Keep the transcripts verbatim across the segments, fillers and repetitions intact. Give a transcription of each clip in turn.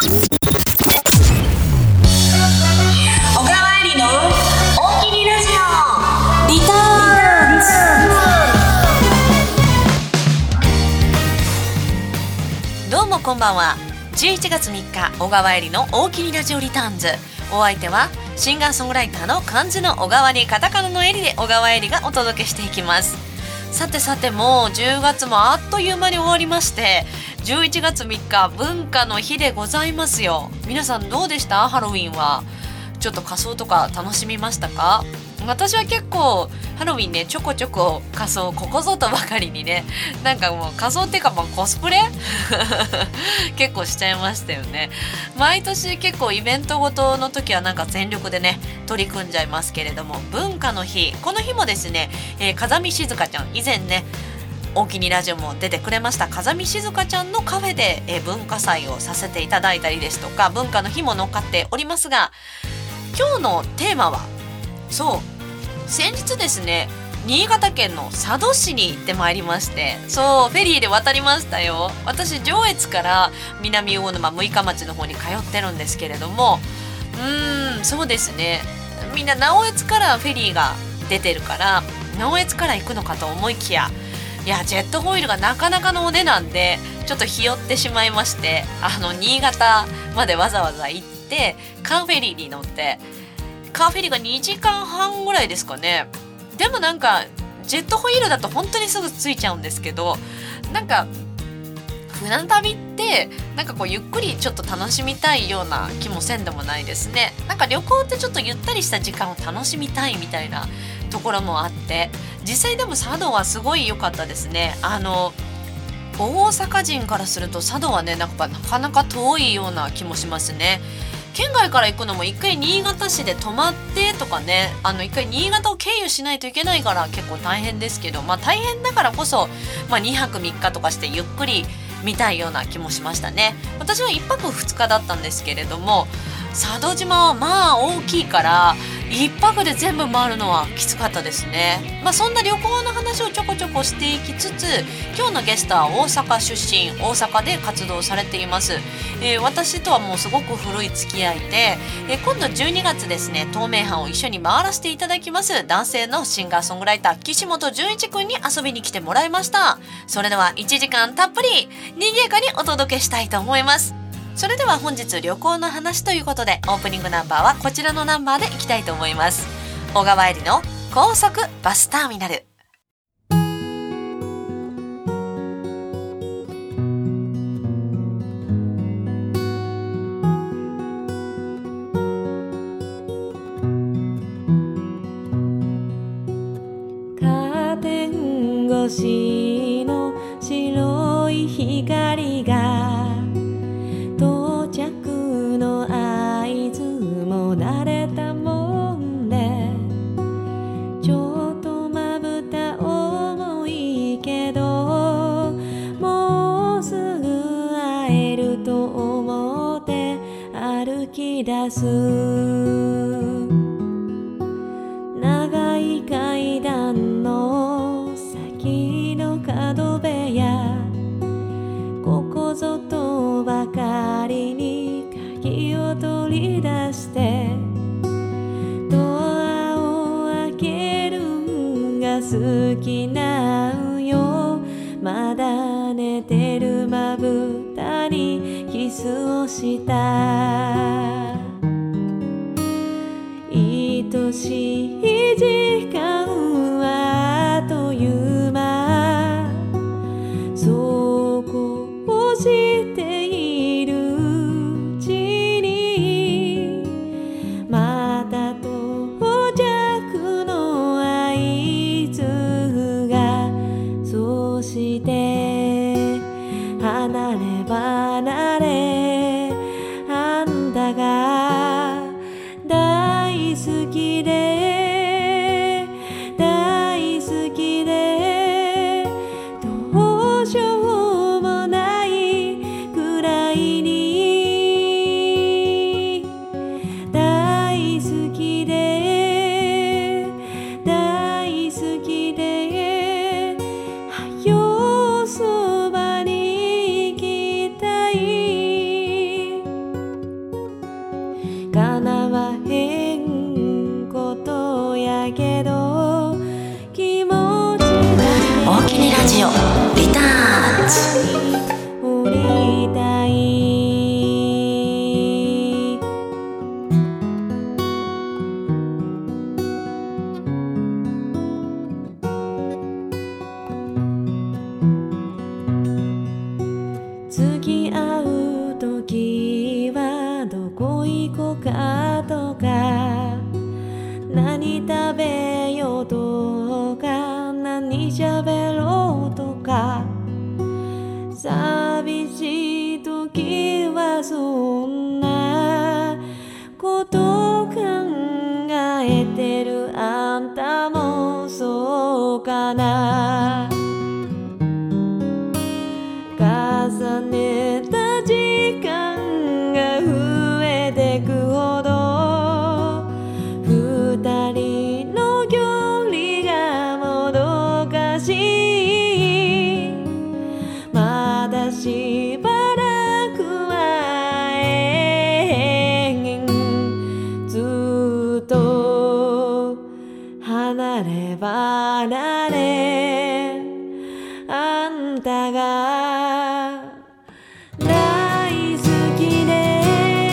小川えりの大喜利ラジオリターンズ。どうもこんばんは。じゅういちがつみっか、小川えりの大喜利ラジオリターンズ。お相手はシンガーソングライターの漢字の小川にカタカナのえりで小川えりがお届けしていきます。さてさて、もうじゅうがつもあっという間に終わりまして、じゅういちがつみっか文化の日でございますよ。皆さんどうでした？ハロウィンはちょっと仮装とか楽しみましたか？私は結構ハロウィンね、ちょこちょこ仮装ここぞとばかりにね、なんかもう仮装っていうかもうコスプレ結構しちゃいましたよね。毎年結構イベントごとの時はなんか全力でね取り組んじゃいますけれども、文化の日、この日もですね、えー、風見静香ちゃん、以前ね大喜利ラジオも出てくれました風見静香ちゃんのカフェで、えー、文化祭をさせていただいたりですとか、文化の日も乗っかっておりますが、今日のテーマは、そう先日ですね、新潟県の佐渡市に行ってまいりまして、そうフェリーで渡りましたよ。私上越から南魚沼六日町の方に通ってるんですけれども、うーんそうですね、みんな直江津からフェリーが出てるから直江津から行くのかと思いきや、いやジェットホイールがなかなかのお値段でちょっとひよってしまいまして、あの新潟までわざわざ行ってカーフェリーに乗って、カーフェリーがにじかんはんぐらいですかね。でもなんかジェットホイールだと本当にすぐ着いちゃうんですけど、なんか船旅ってなんかこうゆっくりちょっと楽しみたいような気もせんでもないですね。なんか旅行ってちょっとゆったりした時間を楽しみたいみたいなところもあって、実際でも佐渡はすごい良かったですね。あの大阪人からすると佐渡はね、なんかなかなか遠いような気もしますね。県外から行くのも一回新潟市で泊まってとかね、あの一回新潟を経由しないといけないから結構大変ですけど、まあ大変だからこそ、まあ、にはくみっかとかしてゆっくり見たいような気もしましたね。私はいっぱくふつかだったんですけれども、佐渡島はまあ大きいからいっぱくで全部回るのはきつかったですね。まあそんな旅行の話をちょこちょこしていきつつ、今日のゲストは大阪出身、大阪で活動されています、えー、私とはもうすごく古い付き合いで、えー、今度じゅうにがつですね、東名阪を一緒に回らせていただきます男性のシンガーソングライター岸本純一くんに遊びに来てもらいました。それではいちじかんたっぷり賑やかにお届けしたいと思います。それでは本日旅行の話ということで、オープニングナンバーはこちらのナンバーでいきたいと思います。小川えりの高速バスターミナル。 カーテン越しの白い光が到着の合図も慣れたもんで、ちょっとまぶた重いけどもうすぐ会えると思って歩き出す。長い階段の先の角部屋、ここぞとばかりに鍵を取り出してドアを開けるんが好きなんよ。まだ寝てるまぶたにキスをした。愛しい時間はあっという間、そうこうしているうちにまた到着の合図が、そして離れ離れあんたが大好きで何食べようとか何喋ろうとか、寂しい時はそんなこと考えてるあんたもそうかな。重ねた時間が増えてくほど二人の距離がもどかしい。まだしばらくは永遠ずっと離れ離れ、あんたが大好きで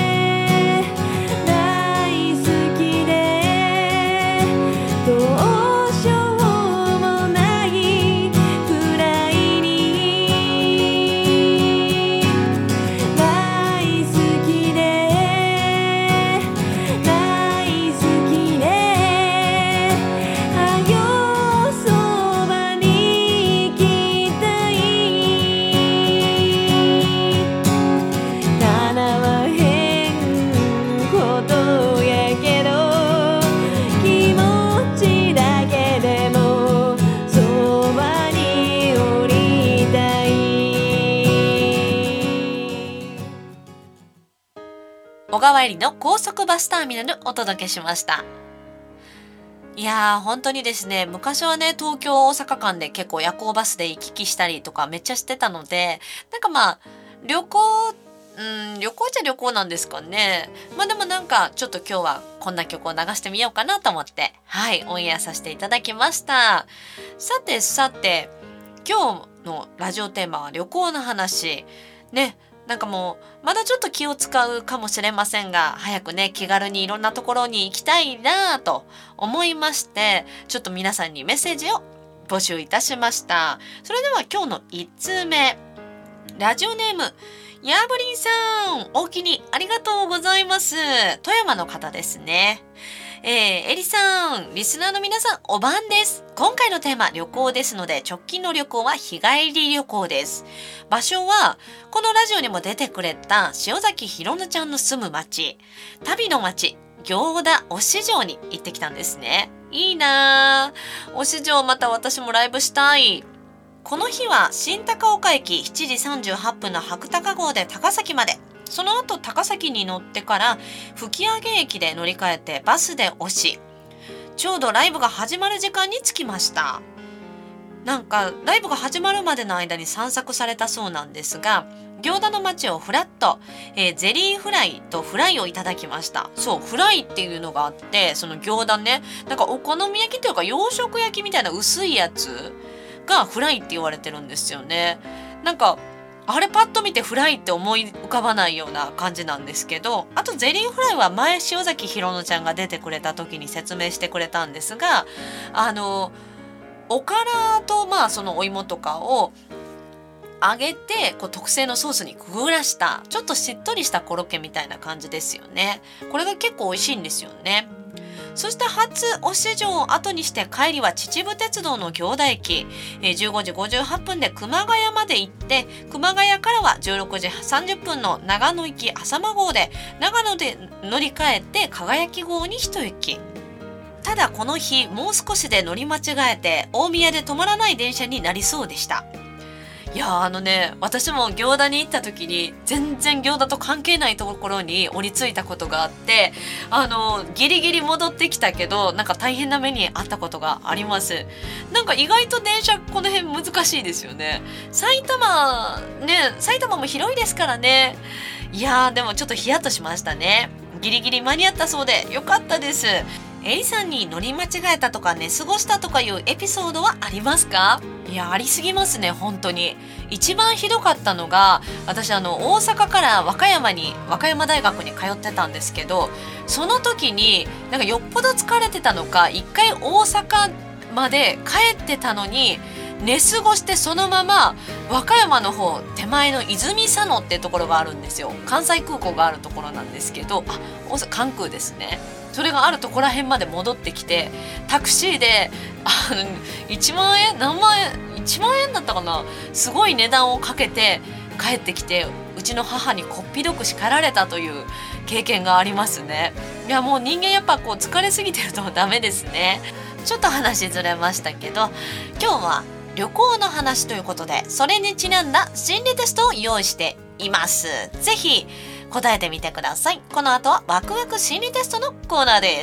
大好きでどうしようもないくらいに大好きで大好きではよそばに行きたい。叶わへんことやけど気持ちだけでもそばにおりたい。 小川えりの高速バスターミナルお届けしました。いやー本当にですね、昔はね東京大阪間で結構夜行バスで行き来したりとかめっちゃしてたので、なんかまあ旅行うん旅行っちゃ旅行なんですかね。まあでもなんかちょっと今日はこんな曲を流してみようかなと思ってはいオンエアさせていただきました。さてさて今日のラジオテーマは旅行の話ね。なんかもうまだちょっと気を使うかもしれませんが、早くね気軽にいろんなところに行きたいなと思いまして、ちょっと皆さんにメッセージを募集いたしました。それでは今日のいち通目、ラジオネームヤーブリンさん、おおきにありがとうございます。富山の方ですね。えー、エリさん、リスナーの皆さん、お晩です。今回のテーマ、旅行ですので、直近の旅行は日帰り旅行です。場所は、このラジオにも出てくれた塩崎ひろぬちゃんの住む町、旅の町、行田忍城に行ってきたんですね。いいなぁ。忍城また私もライブしたい。この日は新高岡駅しちじさんじゅうはっぷんの白高号で高崎まで、その後高崎に乗ってから吹上駅で乗り換えてバスで押し、ちょうどライブが始まる時間に着きました。なんかライブが始まるまでの間に散策されたそうなんですが、行田の街をフラッと、えー、ゼリーフライとフライをいただきました。そうフライっていうのがあって、その行田ね、なんかお好み焼きというか洋食焼きみたいな薄いやつがフライって言われてるんですよね。なんかあれパッと見てフライって思い浮かばないような感じなんですけど、あとゼリーフライは前塩崎ひろのちゃんが出てくれた時に説明してくれたんですが、あのおからとまあそのお芋とかを揚げてこう特製のソースにくぐらしたちょっとしっとりしたコロッケみたいな感じですよね。これが結構美味しいんですよね。そして初忍城を後にして帰りは秩父鉄道の行田駅、えー、じゅうごじごじゅうはっぷんで熊谷まで行って、熊谷からはじゅうろくじさんじゅっぷんの長野行き浅間号で長野で乗り換えて輝号に一駅。ただこの日もう少しで乗り間違えて大宮で止まらない電車になりそうでした。いやあのね、私も行田に行った時に全然行田と関係ないところに降り着いたことがあって、あのギリギリ戻ってきたけどなんか大変な目にあったことがあります。なんか意外と電車この辺難しいですよね。埼玉ね、埼玉も広いですからね。いやーでもちょっとヒヤッとしましたね。ギリギリ間に合ったそうでよかったです。エリさんに乗り間違えたとか寝過ごしたとかいうエピソードはありますか？いやありすぎますね。本当に一番ひどかったのが、私あの大阪から和歌山に和歌山大学に通ってたんですけど、その時になんかよっぽど疲れてたのか一回大阪まで帰ってたのに寝過ごして、そのまま和歌山の方手前の泉佐野っていうところがあるんですよ。関西空港があるところなんですけど、あ、大阪関空ですね。 それがあるとこら辺まで戻ってきて、タクシーであのいちまんえん何万円いちまんえんだったかな、すごい値段をかけて帰ってきて、うちの母にこっぴどく叱られたという経験がありますね。いやもう人間やっぱこう疲れすぎてるとダメですね。ちょっと話ずれましたけど、今日は旅行の話ということで、それにちなんだ心理テストを用意しています。ぜひ答えてみてください。この後はワクワク心理テストのコーナーです。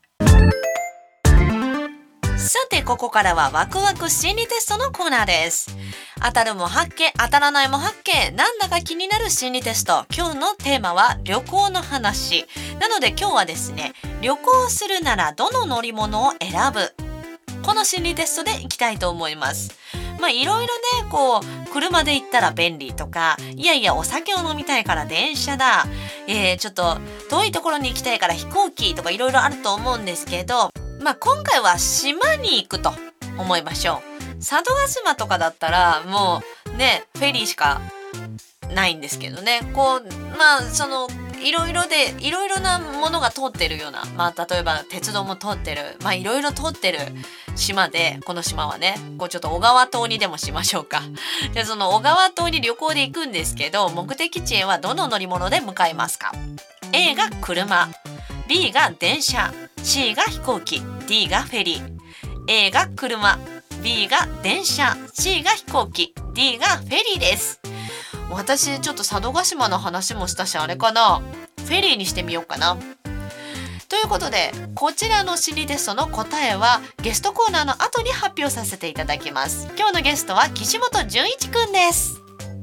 さてここからはワクワク心理テストのコーナーです。当たるも八卦、当たらないも八卦、なんだか気になる心理テスト。今日のテーマは旅行の話なので、今日はですね、旅行するならどの乗り物を選ぶ、この心理テストでいきたいと思います。まあいろいろね、こう車で行ったら便利とか、いやいやお酒を飲みたいから電車だ、えー、ちょっと遠いところに行きたいから飛行機とかいろいろあると思うんですけど、まあ今回は島に行くと思いましょう。佐渡島とかだったらもうね、フェリーしかないんですけどね、こうまあそのいろいろでいろいろなものが通ってるような、まあ例えば鉄道も通ってる、まあいろいろ通ってる島で、この島はね、こうちょっと小川島にでもしましょうか。でその小川島に旅行で行くんですけど、目的地へはどの乗り物で向かいますか？ A が車、 B が電車、 C が飛行機、 D がフェリー。 A が車、 B が電車、 C が飛行機、 D がフェリーです。私ちょっと佐渡島の話もしたし、あれかな、フェリーにしてみようかな。ということで、こちらの心理テストの答えはゲストコーナーの後に発表させていただきます。今日のゲストは岸本純一くんです。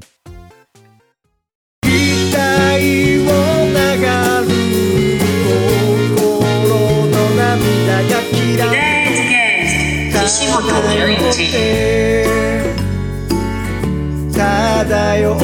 期待を流る心の涙がキラ岸本純一漂って。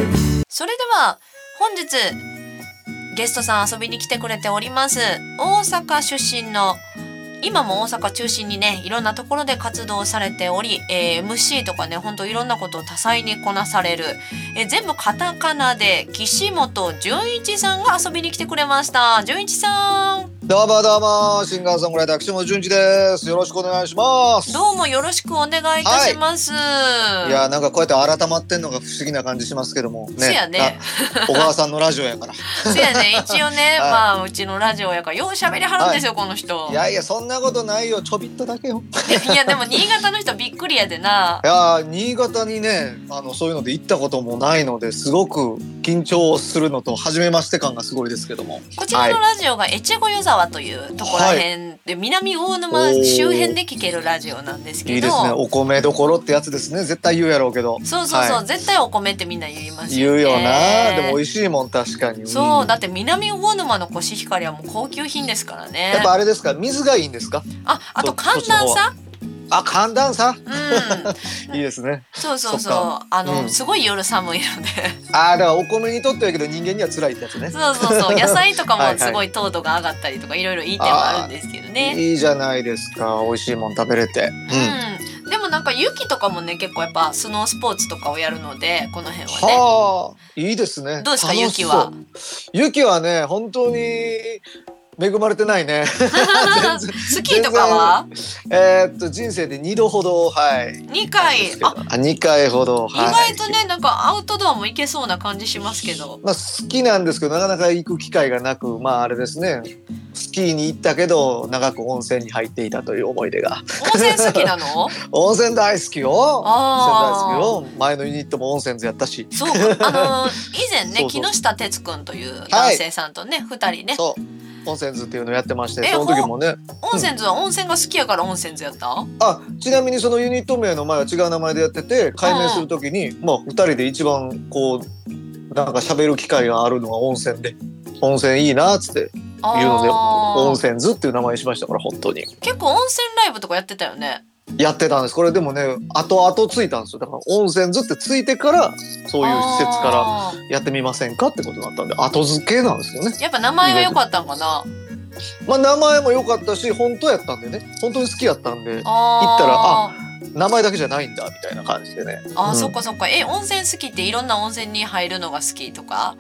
それでは本日ゲストさん遊びに来てくれております。大阪出身の、今も大阪中心にね、いろんなところで活動されており、えー、エムシー とかね、ほんといろんなことを多彩にこなされる、えー、全部カタカナで岸本純一さんが遊びに来てくれました。純一さん、 どうもどうも、シンガーソングライター岸本純一です。よろしくお願いします。 どうもよろしくお願いいたします。 はい、いやなんかこうやって改まってんのが不思議な感じしますけどもね。 せやね。 小川さんのラジオやから。 せやね、一応ね、 はい、 まあうちのラジオやからよう喋りはるんですよ、はい、この人。 いやいやそんなことないよ、ちょびっとだけよ。 いやでも新潟の人びっくりやでな。 いや新潟にね、あのそういうので行ったこともないのですごく緊張するのと初めまして感がすごいですけども、 こちらのラジオが越後湯沢というところら辺で、はい、南魚沼周辺で聞けるラジオなんですけど、 いいですね、お米どころってやつですね。絶対言うやろうけど、 そうそうそう、 はい、 絶対お米ってみんな言いますよね。 言うよな。でも美味しいもん確かに。 そう、 うん、 だって南魚沼のコシヒカリはもう高級品ですからね。 やっぱあれですか、水がいいんですか？ あ、あと寒暖差。 あ、寒暖差、 うん、 いいですね。 そうそうそう、あの、うん、すごい夜寒いのであ、だからお米にとってはけど人間には辛いってやつね。 そうそうそう、野菜とかもすごい糖度が上がったりとかいろいろいい点もあるんですけどね。 いいじゃないですか、美味しいもん食べれて、 うん、でもなんか雪とかもね、結構やっぱスノースポーツとかをやるので、この辺はね。 はあ、いいですね。 どうですか雪は？ 雪はね、本当に恵まれてないね。 スキーとかは？ えー、っと人生でにどほど、はい。 にかい。 あ、にかいほど。 意外とね、はい、なんかアウトドアも行けそうな感じしますけど。 まあ好きなんですけどなかなか行く機会がなく、まああれですね。スキーに行ったけど長く温泉に入っていたという思い出が。 温泉好きなの？ 温泉大好きよ。 あ温泉大好きよ。前のユニットも温泉図やったし。 そう、あの以前ね、木下哲くんという男性さんとね、二、はい、人ね。 そう。温泉図っていうのをやってまして、その時もね、 温泉図は温泉が好きやから温泉図やった、うん、 あ、ちなみにそのユニット名の前は違う名前でやってて、改名する時に、まあふたりで一番こうなんか喋る機会があるのが温泉で、温泉いいなっつって言うので温泉図っていう名前にしましたから。本当に結構温泉ライブとかやってたよね。 やってたんです。これでもね、後々ついたんですよ。だから温泉図ってついてからそういう施設からやってみませんかってことになったんで、後付けなんですよね。 やっぱ名前が良かったんかな。 まあ名前も良かったし、本当やったんでね、本当に好きやったんで、行ったらあ、名前だけじゃないんだみたいな感じでね。 あ、 うん、 そっかそっか。え、温泉好きっていろんな温泉に入るのが好きとか？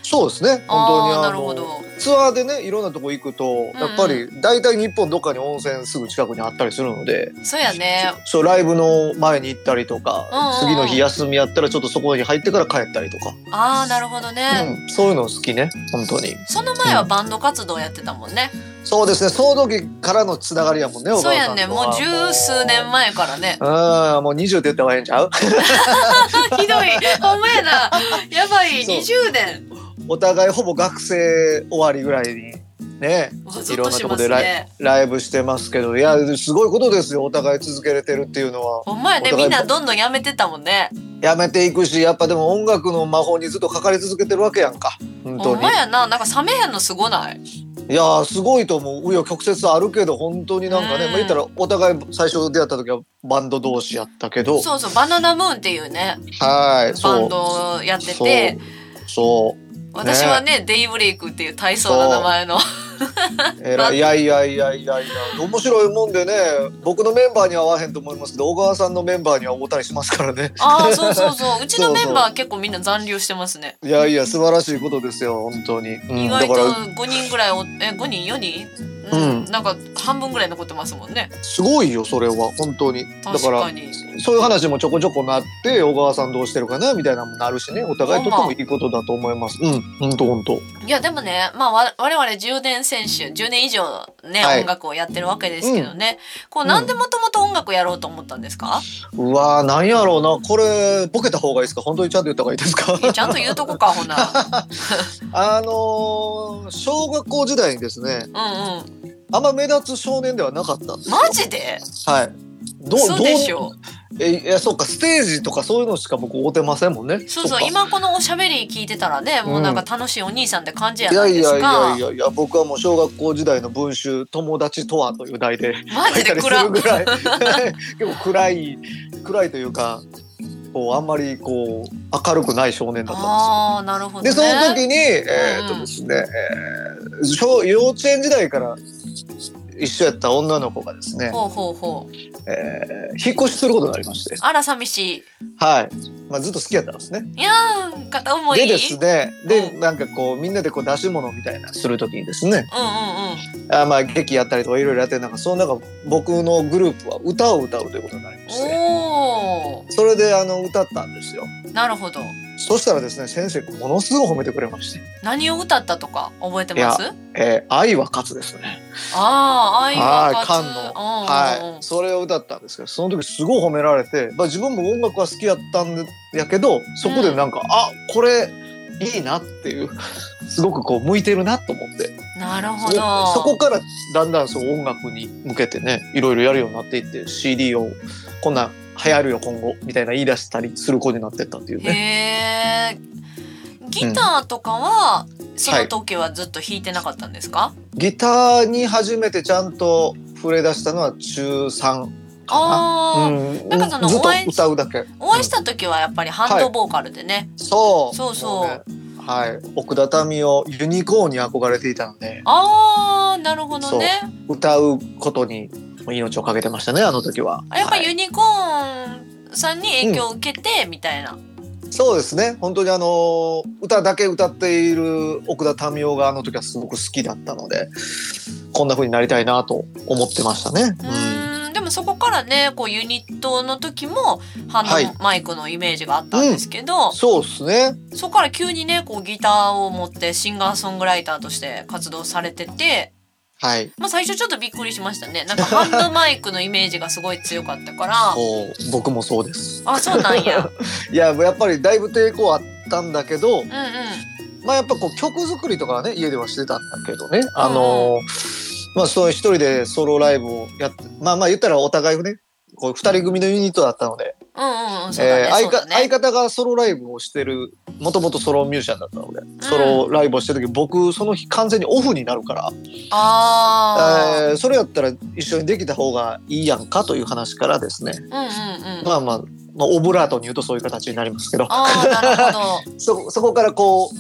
そうですね。本当にあーあなるほど。 のツアーでねいろんなとこ行くと、やっぱり大体日本どっかに温泉すぐ近くにあったりするので、 そうやね。 そうライブの前に行ったりとか、 うんうんうん次の日休みやったらちょっとそこに入ってから帰ったりとか、 ああなるほどね、 うん、そういうの好きね本当に。 その前はバンド活動やってたもんね、 そうですね。その時からのつながりやもんね。小そう川さんとはやね。もう十数年前からね。 うん、もうにじゅうって言った方がええんちゃう？ ひどい。ほんまやな。やばい。 そうにじゅうねん。 お互いほぼ学生終わりぐらいにね、 ずいろんなっとしますとこでライ、 ね。 ライブしてますけど、いやすごいことですよ。お互い続けれてるっていうのは。 ほんまやね。 お互いみんなどんどんやめてたもんね。 やめていくし、やっぱでも音楽の魔法にずっとかかり続けてるわけやんか。本ほ当に。 んまやな。なんか冷めへんのすごない？ いやーすごいと思う。紆余曲折あるけど本当になんかね、 うんまあ言ったらお互い最初出会った時はバンド同士やったけど、 そうそう。バナナムーンっていうね。 はい、そうバンドをやってて。 そう。 私はね、デイブレイクっていう大層な名前の。 えらい、いやいやいやいやいや面白いもんでね、僕のメンバーには合わへんと思いますけど小川さんのメンバーには合うたりしますからね。 ああ、そうそうそう。うちのメンバーは結構みんな残留してますね。 いやいや素晴らしいことですよ本当に、うん、 意外とだからごにんぐらいお、え、ごにんよにん、うんうんなんか半分ぐらい残ってますもんね。 すごいよそれは本当に。だから確かに。 そういう話もちょこちょこなって小川さんどうしてるかなみたいなのもなるしね、お互いとってもいいことだと思います。うん本当本当。 いやでもね、まあわ我々じゅうねん選手じゅうねん以上ね、 はい音楽をやってるわけですけどね、こうなんでもともと音楽やろうと思ったんですか？ うわーなんやろうな、これボケた方がいいですか、本当にちゃんと言った方がいいですか？ いやちゃんと言うとこかほな。 あのー小学校時代にですね、 うんうんあんま目立つ少年ではなかったんですよ。 マジで？ はい。どそうでしょ。 えいやそうかステージとかそういうのしか僕会うてませんもんね。 そうそうか今このおしゃべり聞いてたらね、もうなんか楽しいお兄さんって感じやいやいないですか。 やいやいやいや僕はもう小学校時代の文集友達とはという題でマジで書いたりす暗るぐらい結構暗い暗いというかこうあんまりこう明るくない少年だったんですよ。 ああなるほどね。 でその時にえーっとですね、えー小幼稚園時代から一緒やった女の子がですね、 ほうほうほう。 えー引っ越しすることになりまして、 あら寂しい。 はい、まあ、ずっと好きやったんですね。 いやー片思い。 でですね、で、 うんなんかこうみんなでこう出し物みたいなするときにですね、 うんうんうん。 あまあ劇やったりとかいろいろやってる中、その中僕のグループは歌を歌うということになりまして、 おお。 それであの歌ったんですよ。 なるほど。 そしたらですね、先生がものすごい褒めてくれまして、 何を歌ったとか覚えてます？ いえー愛は勝つですね。 ああ、愛は勝つ。 はい、菅の、はい、それを歌ったんですけど、その時すごい褒められて、まあ自分も音楽は好きやったんやけど、そこでなんか、うん、あこれいいなっていう、すごくこう向いてるなと思って。 なるほど。 そこからだんだんそう音楽に向けてね、いろいろやるようになっていって、シーディー をこんな流行るよ今後みたいな言い出したりする子になってったっていうね。 へー。ギターとかは、うん、その時はずっと弾いてなかったんですか？はい、 ギターに初めてちゃんと触れ出したのは中さんかな。 あー、うん、なんかそのずっと歌うだけ。 お会いした時はやっぱりハンドボーカルでね。はい、 そうそうそう。 ね、はい、奥田民生ユニコーンに憧れていたので。 ああ、なるほどね。 歌うことに命をかけてましたねあの時は。 やっぱユニコーンさんに影響を受けて、うん、みたいな。 そうですね、本当にあの歌だけ歌っている奥田民生があの時はすごく好きだったので、こんな風になりたいなと思ってましたね。 うん、でもそこからねこうユニットの時もハンドマイクのイメージがあったんですけど、はい、うん、 そうですね。 そこから急にねこうギターを持ってシンガーソングライターとして活動されてて、 はい、 まあ最初ちょっとびっくりしましたね。なんかハンドマイクのイメージがすごい強かったから。 そう僕もそうです。 あ、そうなんや。 いややっぱりだいぶ抵抗あったんだけど、 うんうん、 まあやっぱこう曲作りとかはね家ではしてたんだけどね、うん、あのまあそう一人でソロライブをやって、まあまあ言ったらお互いねこう二人組のユニットだったので、相方がソロライブをしてる、もともとソロミュージシャンだったので、うん、ソロライブをしてる時僕その日完全にオフになるから、 あ、 えー、それやったら一緒にできた方がいいやんかという話からですね、 うんうんうん、 まあまあ、まあ、オブラートに言うとそういう形になりますけど、 あ、なるほど。 そ, そこからこう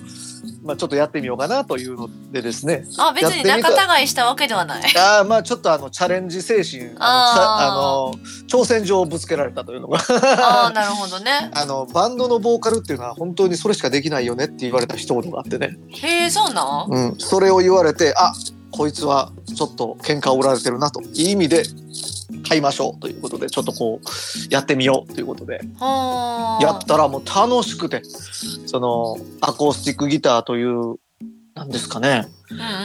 まあ、ちょっとやってみようかなというのでですね。 あ、別に仲違いしたわけではない。 あまあちょっとあのチャレンジ精神、あのあの挑戦状をぶつけられたというのがああ、なるほどね。 あのバンドのボーカルっていうのは本当にそれしかできないよねって言われた一言があってね。 へえ、そうなん？ うん、それを言われて、あ、こいつはちょっと喧嘩を売られてるなという意味で買いましょうということで、ちょっとこうやってみようということでやったらもう楽しくて、そのアコースティックギターというなんですかね、 うんうんうん、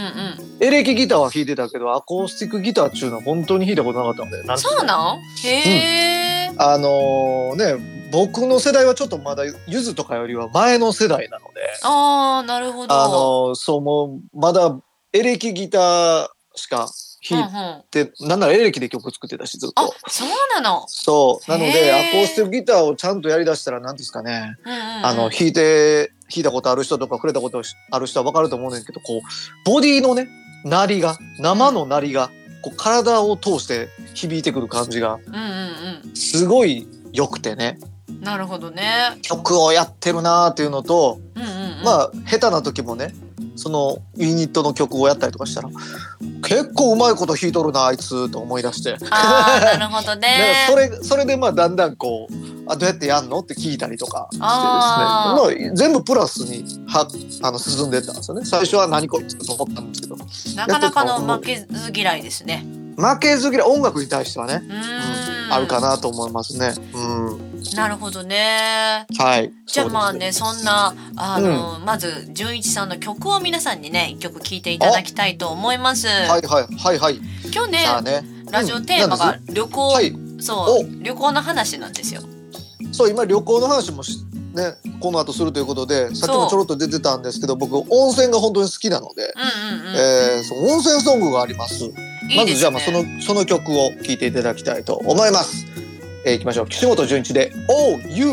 エレキギターは弾いてたけどアコースティックギターっていうのは本当に弾いたことなかったので。なんそうなん？へえ、 うん、あのー、ね、僕の世代はちょっとまだゆずとかよりは前の世代なので、 あー、なるほど。 あのー、そうもうまだエレキギターしか弾いて、うんうん、なんならエレキで曲作ってたしずっと。 あ、そうなの。 そうなのでアコースティックギターをちゃんとやりだしたら何ですかね、うんうんうん、あの弾いて弾いたことある人とか触れたことある人は分かると思うんですけど、こうボディのね鳴りが生の鳴りがこう体を通して響いてくる感じがすごい良くてね。 なるほどね。 曲をやってるなーっていうのと、 うんうんうん、まあ下手な時もね、そのユニットの曲をやったりとかしたら結構うまいこと弾いとるなあいつと思い出して、 あーなるほどねそれそれでまあだんだんこうあどうやってやんのって聞いたりとかしてですね、まあ、全部プラスにはあの進んでったんですよね。最初は何こいつと思ったんですけど、 なかなかの負けず嫌いですね。 負けず嫌い、音楽に対してはね、うん、あるかなと思いますね。うん、 なるほどね。 はい。 じゃあまあね、そんなあの、うん、まず純一さんの曲を皆さんにね一曲聴いていただきたいと思います。 はいはいはいはい。 今日 ね, ねラジオテーマが旅行、はい、そう旅行の話なんですよ。 そう今旅行の話もねこの後するということで、さっきもちょろっと出てたんですけど、僕温泉が本当に好きなので、うんうんうん、えー、そう温泉ソングがあります。いいですね。まずじゃあまあそのその曲を聴いていただきたいと思います。えー、いきましょう。岸本純一で Oh You。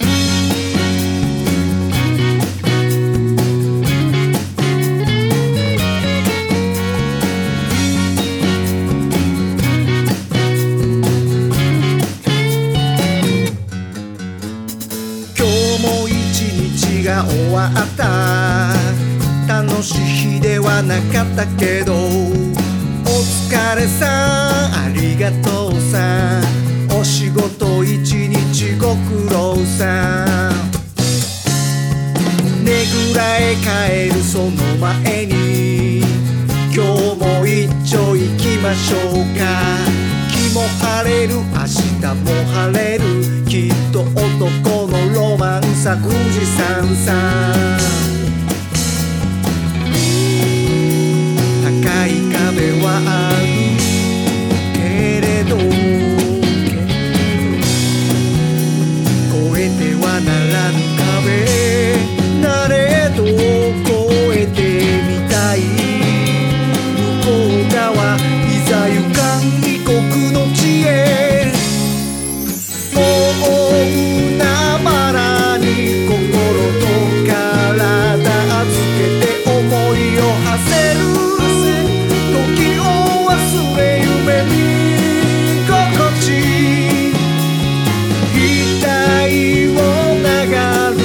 が終わった。楽しい日ではなかったけど、お疲れさんありがとうさん、お仕事一日ご苦労さん。ねぐらへ帰るその前に、今日も一丁行きましょうか。日も晴れる明日も晴れる、きっと男のロマンさ富士山さん。高い壁はあるけれど、越えてはならぬ壁なれど越えてみたい。向こう側いざ行かん異国の地へ。大海原に心と体預けて思いを馳せる。時を忘れ夢見心地、額を流る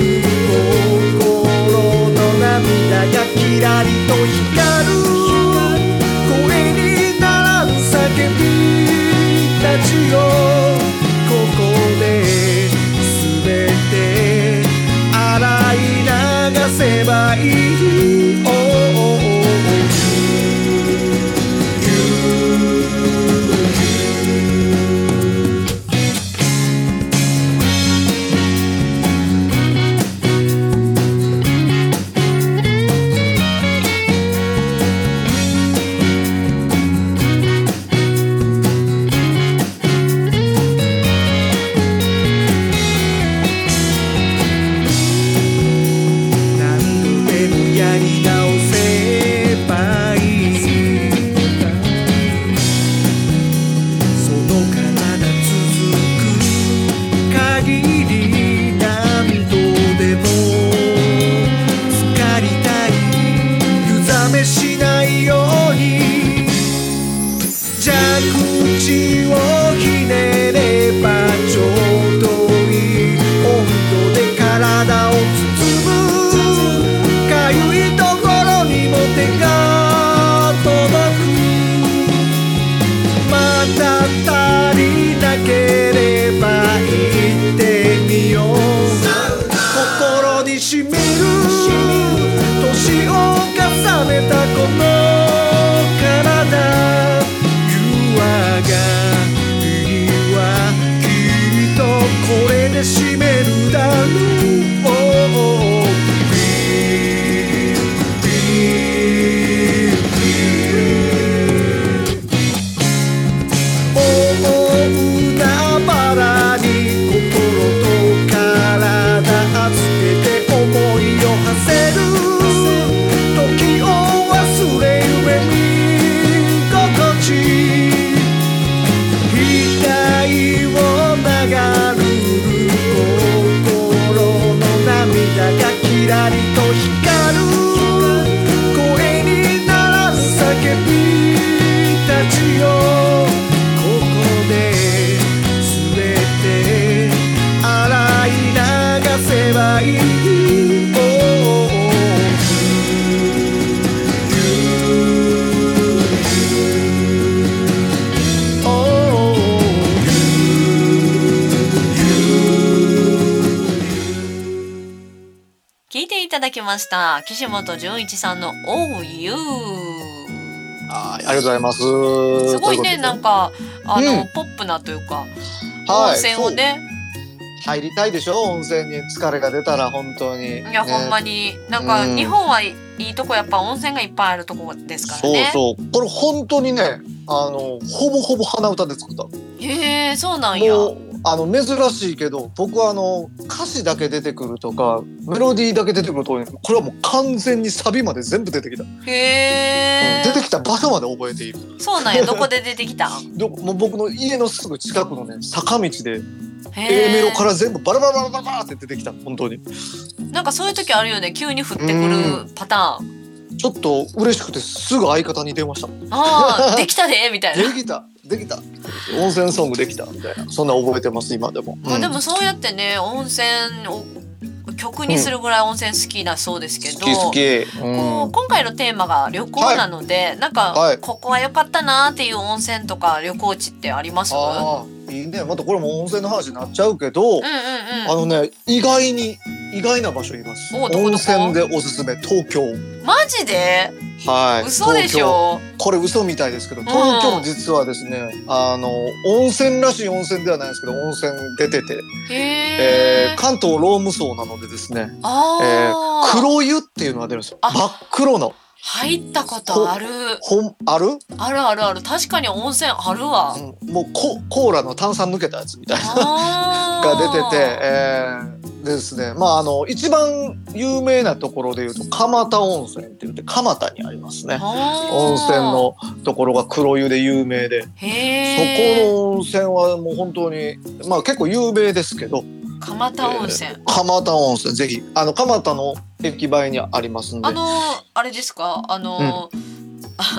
心の涙がキラリと光る。声にならぬ叫びたちよ、ここで全て洗い流せばいい。oh, 心にしみる年を重ねたこの体湯上がりはきっとこれで締めるだろういただきました岸本純一さんの Oh You。 あ, ありがとうございます。 すごいね、なんかあの、うん、ポップなというか、はい、温泉をね入りたいでしょ。温泉に疲れが出たら本当に、 いや、ね、ほんまになんか、うん、日本はいいとこやっぱ温泉がいっぱいあるとこですからね。 そうそう、これ本当にね、あのほぼほぼ鼻歌で作った。 へえ、そうなんや。 もうあの珍しいけど、僕はあの歌詞だけ出てくるとかメロディーだけ出てくると、これはもう完全にサビまで全部出てきた。 へー、 うん、出てきた場所まで覚えている。 そうなんや。どこで出てきたん？ どもう僕の家のすぐ近くのね坂道で A メロから全部バラバラバラバラバラって出てきた。本当になんかそういう時あるよね、急に降ってくるパターン。 ちょっと嬉しくてすぐ相方に電話した。 あできたでみたいな。 できたできた温泉ソングできたみたいな、そんな覚えてます今でも。 まあ、でもそうやってね、温泉を曲にするぐらい温泉好きだそうですけど、 うん、好き好き、うん、 こう今回のテーマが旅行なので、はい、なんか、はい、ここは良かったなっていう温泉とか旅行地ってあります？ あいいね。またこれも温泉の話になっちゃうけど、うんうんうん、あのね意外に意外な場所います。 お、どこどこ？ 温泉でおすすめ東京。 マジで？ はい。 嘘でしょ？ これ嘘みたいですけど、東京も実はですね、うん、あの温泉らしい温泉ではないですけど温泉出てて、 へえー、関東ローム層なのでですね、 あ、 えー、黒湯っていうのが出るんですよ。真っ黒の。 入ったことある。 ほんある？ あるあるある。確かに温泉あるわ。 うん、もうココーラの炭酸抜けたやつみたいなが出てて、えー、でですね、まああの一番有名なところでいうと蒲田温泉って言って蒲田にありますね。温泉のところが黒湯で有名で、 へそこの温泉はもう本当にまあ結構有名ですけど。 蒲田温泉、えー、 蒲田温泉ぜひあの蒲田の駅前にありますんで、 あのー、あれですか、あのーうん、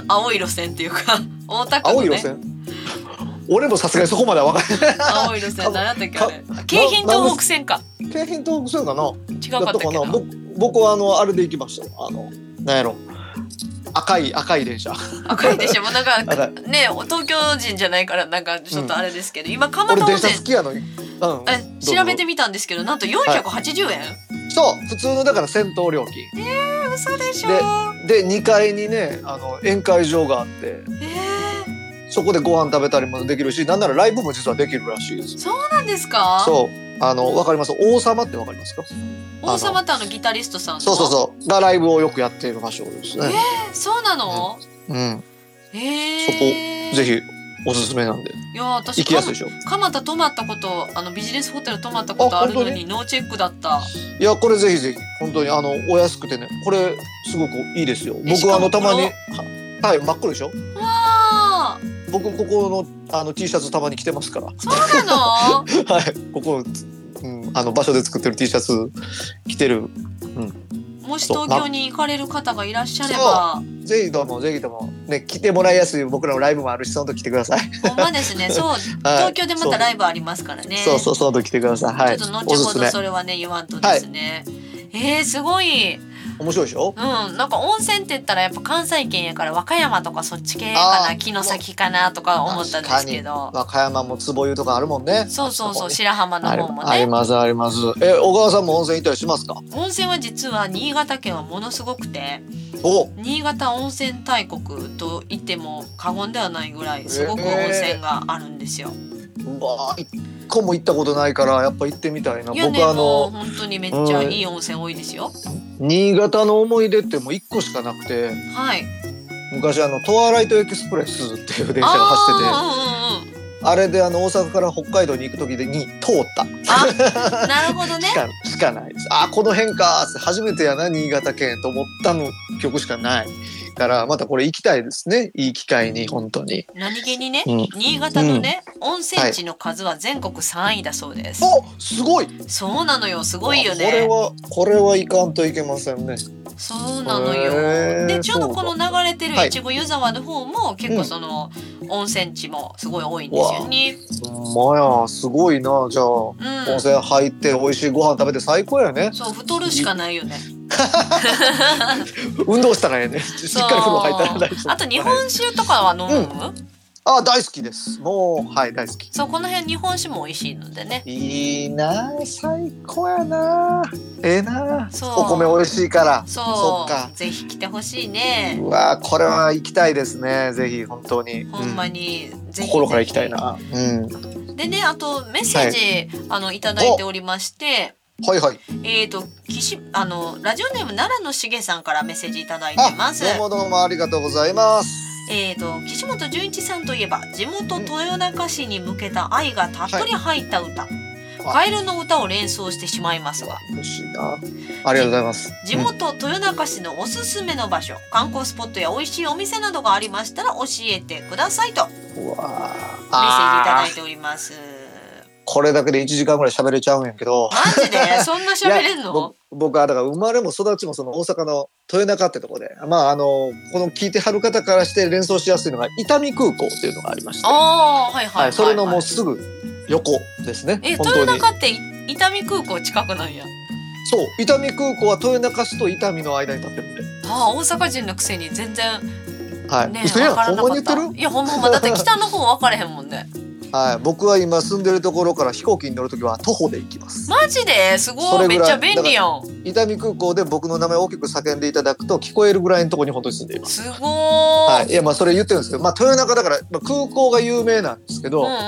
青い路線っていうか大田区のね、 青い路線俺もさすがにそこまでは分からない青い路線何やったっけあれ、京浜東北線か、 京浜東北線かな、 違かったっけな。 僕、僕はあのあれで行きましたよ、あのなんやろ赤い赤い電車赤い電車もなんかね東京人じゃないからなんかちょっとあれですけど、うん、今蒲田温泉俺電車好きやのに、うん、 え調べてみたんですけどなんとよんひゃくはちじゅうえん、はい、 そう普通のだから先頭料金、 えー、嘘でしょ。 で、でにかいにねあの宴会場があって、 えー、 そこでご飯食べたりもできるし、なんならライブも実はできるらしいです。 そうなんですか。 そうあのわかります。王様ってわかりますか。 王様ってあのギタリストさんのそうそうそうがライブをよくやっている場所ですね。 えー、そうなの？ うん、うん、 えー、 そこぜひおすすめなんで。 いや私行きやすいでしょ。 蒲田泊まったことあのビジネスホテル泊まったことあるのにノーチェックだった。 いやこれぜひぜひ本当にあのお安くてね、これすごくいいですよ。僕はあのたまにはい真っ黒でしょ。 わー、 僕ここのあの T シャツたまに着てますから。 そうなの？ はいここ、うん、あの場所で作ってる T シャツ着てる、うん、 もし東京に行かれる方がいらっしゃればぜひともぜひともね来てもらいやすい僕らのライブもあるしその時来てください。 ほんまですね。そう、はい、東京でまたライブありますからね。 そうそうその時来てください。はい、 ちょっと後ほどそれはね言わんとですね、はい、えー、すごい面白いでしょ。 うん、なんか温泉って言ったらやっぱ関西圏やから和歌山とかそっち系かな、城崎かなとか思ったんですけど。 和歌山も壺湯とかあるもんね。 そうそうそう、白浜の方もね。 ありますあります。え、小川さんも温泉行ったりしますか？ 温泉は実は新潟県はものすごくて、 お、 新潟温泉大国と言っても過言ではないぐらいすごく温泉があるんですよ。 うわ、一個も行ったことないからやっぱ行ってみたいな。 いやね、 僕あもうの本当にめっちゃいい温泉多いですよ。 新潟の思い出ってもう一個しかなくて、 はい。 昔あのトワーライトエクスプレスっていう電車が走ってて、 あ、うんうんうん、 あれであの大阪から北海道に行く時に通ったあ、なるほどね。 しかしかないです。あ、この辺かって初めてやな新潟県と思ったの記憶しかないからまたこれ行きたいですね。いい機会に本当に。 何気にね、 うん、 新潟のね、うん、温泉地の数は全国さんいだそうです。 お、すごい。 そうなのよ、すごいよね。 これはこれはいかんといけませんね。 そうなのよ。でちょうどこの流れてる越後湯沢の方も結構その温泉地もすごい多いんですよね。 ほんまや、すごいな。じゃあ、うん、温泉入って美味しいご飯食べて最高やね。 そう、太るしかないよね。 運動したらええね。しっかり風呂入ったら大丈夫。 あと日本酒とかは飲む？うん、 あ、大好きです。もうはい大好き。 そう、この辺日本酒も美味しいのでね。 いいな、最高やな。ええな。お米美味しいから。 そう。 そっか。 ぜひ来てほしいね。 うわ、これは行きたいですね。ぜひ本当に。 ほんまに、うん、ぜひ心から行きたいな。うん。 でね、あとメッセージ、はい、あのいただいておりまして。 はいはい。 えっ、ー、と岸あのラジオネーム奈良のしげさんからメッセージいただいてます。 どうもどうもありがとうございます。 えーと岸本純一さんといえば地元豊中市に向けた愛がたっぷり入った歌、はい、カエルの歌を連想してしまいますが、 欲しいな。ありがとうございます。 地元豊中市のおすすめの場所、観光スポットや美味しいお店などがありましたら教えてくださいとうわ、 メッセージいただいております。 これだけでいちじかんぐらい喋れちゃうんやけど。 マジでそんな喋れんの？ 僕はだから生まれも育ちもその大阪の豊中ってとこで、まああのこの聞いてはる方からして連想しやすいのが伊丹空港っていうのがありまして、 あ、はいはいはい、はい、 それのもうすぐ横ですね。 え、豊中って伊丹空港近くなんや。 そう、伊丹空港は豊中市と伊丹の間に立ってるんで。 ああ、大阪人のくせに全然はい、 ね、 嘘やん、ほんまに言ってる？ いや、ほんまだって北の方分かれへんもんね。 はい、僕は今住んでるところから飛行機に乗るときは徒歩で行きます。 マジで？すごい、めっちゃ便利やん。 伊丹空港で僕の名前を大きく叫んでいただくと聞こえるぐらいのところに本当に住んでいます。 すごー、 はい、いや、まあそれ言ってるんですけど、まあ豊中だから、まあ、空港が有名なんですけど、 うんうんうん、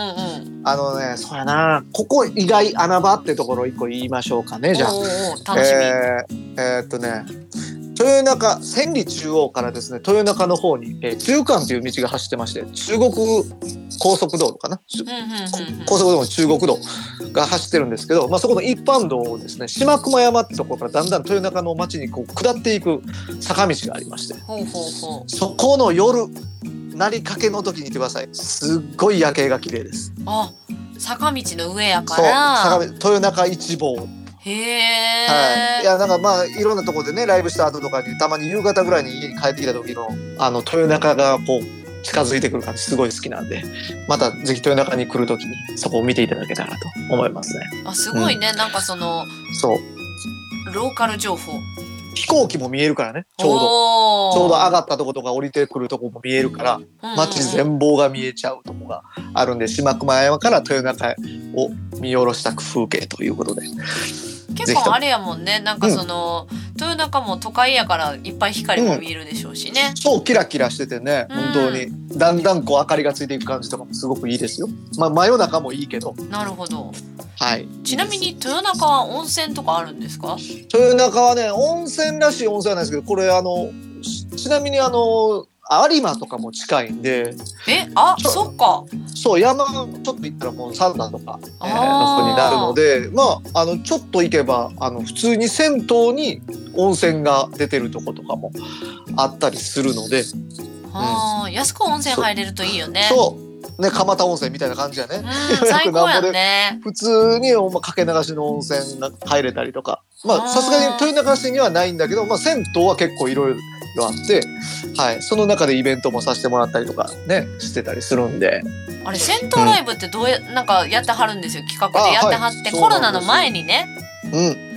あのね、そうやな、ここ意外穴場ってところ一個言いましょうかね。じゃあ、 おー、楽しみ。 えー、えー、っとね、豊中千里中央からですね、豊中の方に、えー、中間という道が走ってまして、中国高速道路かな、うんうんうんうん、高速道路の中国道が走ってるんですけど、まあ、そこの一般道をですね、島熊山ってところからだんだん豊中の町にこう下っていく坂道がありまして、 ほうほうほう、 そこの夜なりかけの時に行ってください。すっごい夜景が綺麗です。 あ、坂道の上やから。 そう、坂道、豊中一望。 へえ、 はい、いや、なんかまあいろんなところでねライブした後とかにたまに夕方ぐらいに家に帰ってきた時のあの豊中がこう近づいてくる感じすごい好きなんで、またぜひ豊中に来る時にそこを見ていただけたらと思いますね。 あ、すごいね、うん、なんかそのそうローカル情報、 飛行機も見えるからね、ちょうどちょうど上がったとことか降りてくるとこも見えるから街全貌が見えちゃうとこがあるんで、島熊山から豊中を見下ろした風景ということで。 結構あれやもんね、なんかその、うん、豊中も都会やからいっぱい光も見えるでしょうしね、 うん、そう、キラキラしててね、本当にだんだんこう明かりがついていく感じとかもすごくいいですよ。まあ真夜中もいいけど。 なるほど、 はい。 ちなみに豊中は温泉とかあるんですか？ 豊中はね、温泉らしい温泉はないですけど、これあのちなみにあの有馬とかも近いんで。 え、あ、そっか。 そう、山ちょっと行ったらもうサウナとか、えー、の方になるので、まああのちょっと行けばあの普通に銭湯に温泉が出てるとことかもあったりするので、 あ、うん、安く温泉入れるといいよね。 そうね、蒲田温泉みたいな感じやね。 うん、最高やね。 普通にかけ流しの温泉が入れたりとか、まあさすがに豊中市にはないんだけど、まあ銭湯は結構いろいろあって、はい、その中でイベントもさせてもらったりとかねしてたりするんで。 あれ銭湯ライブってどうや、うん、なんかやってはるんですよ、企画でやってはって、はい、コロナの前にね。 うん。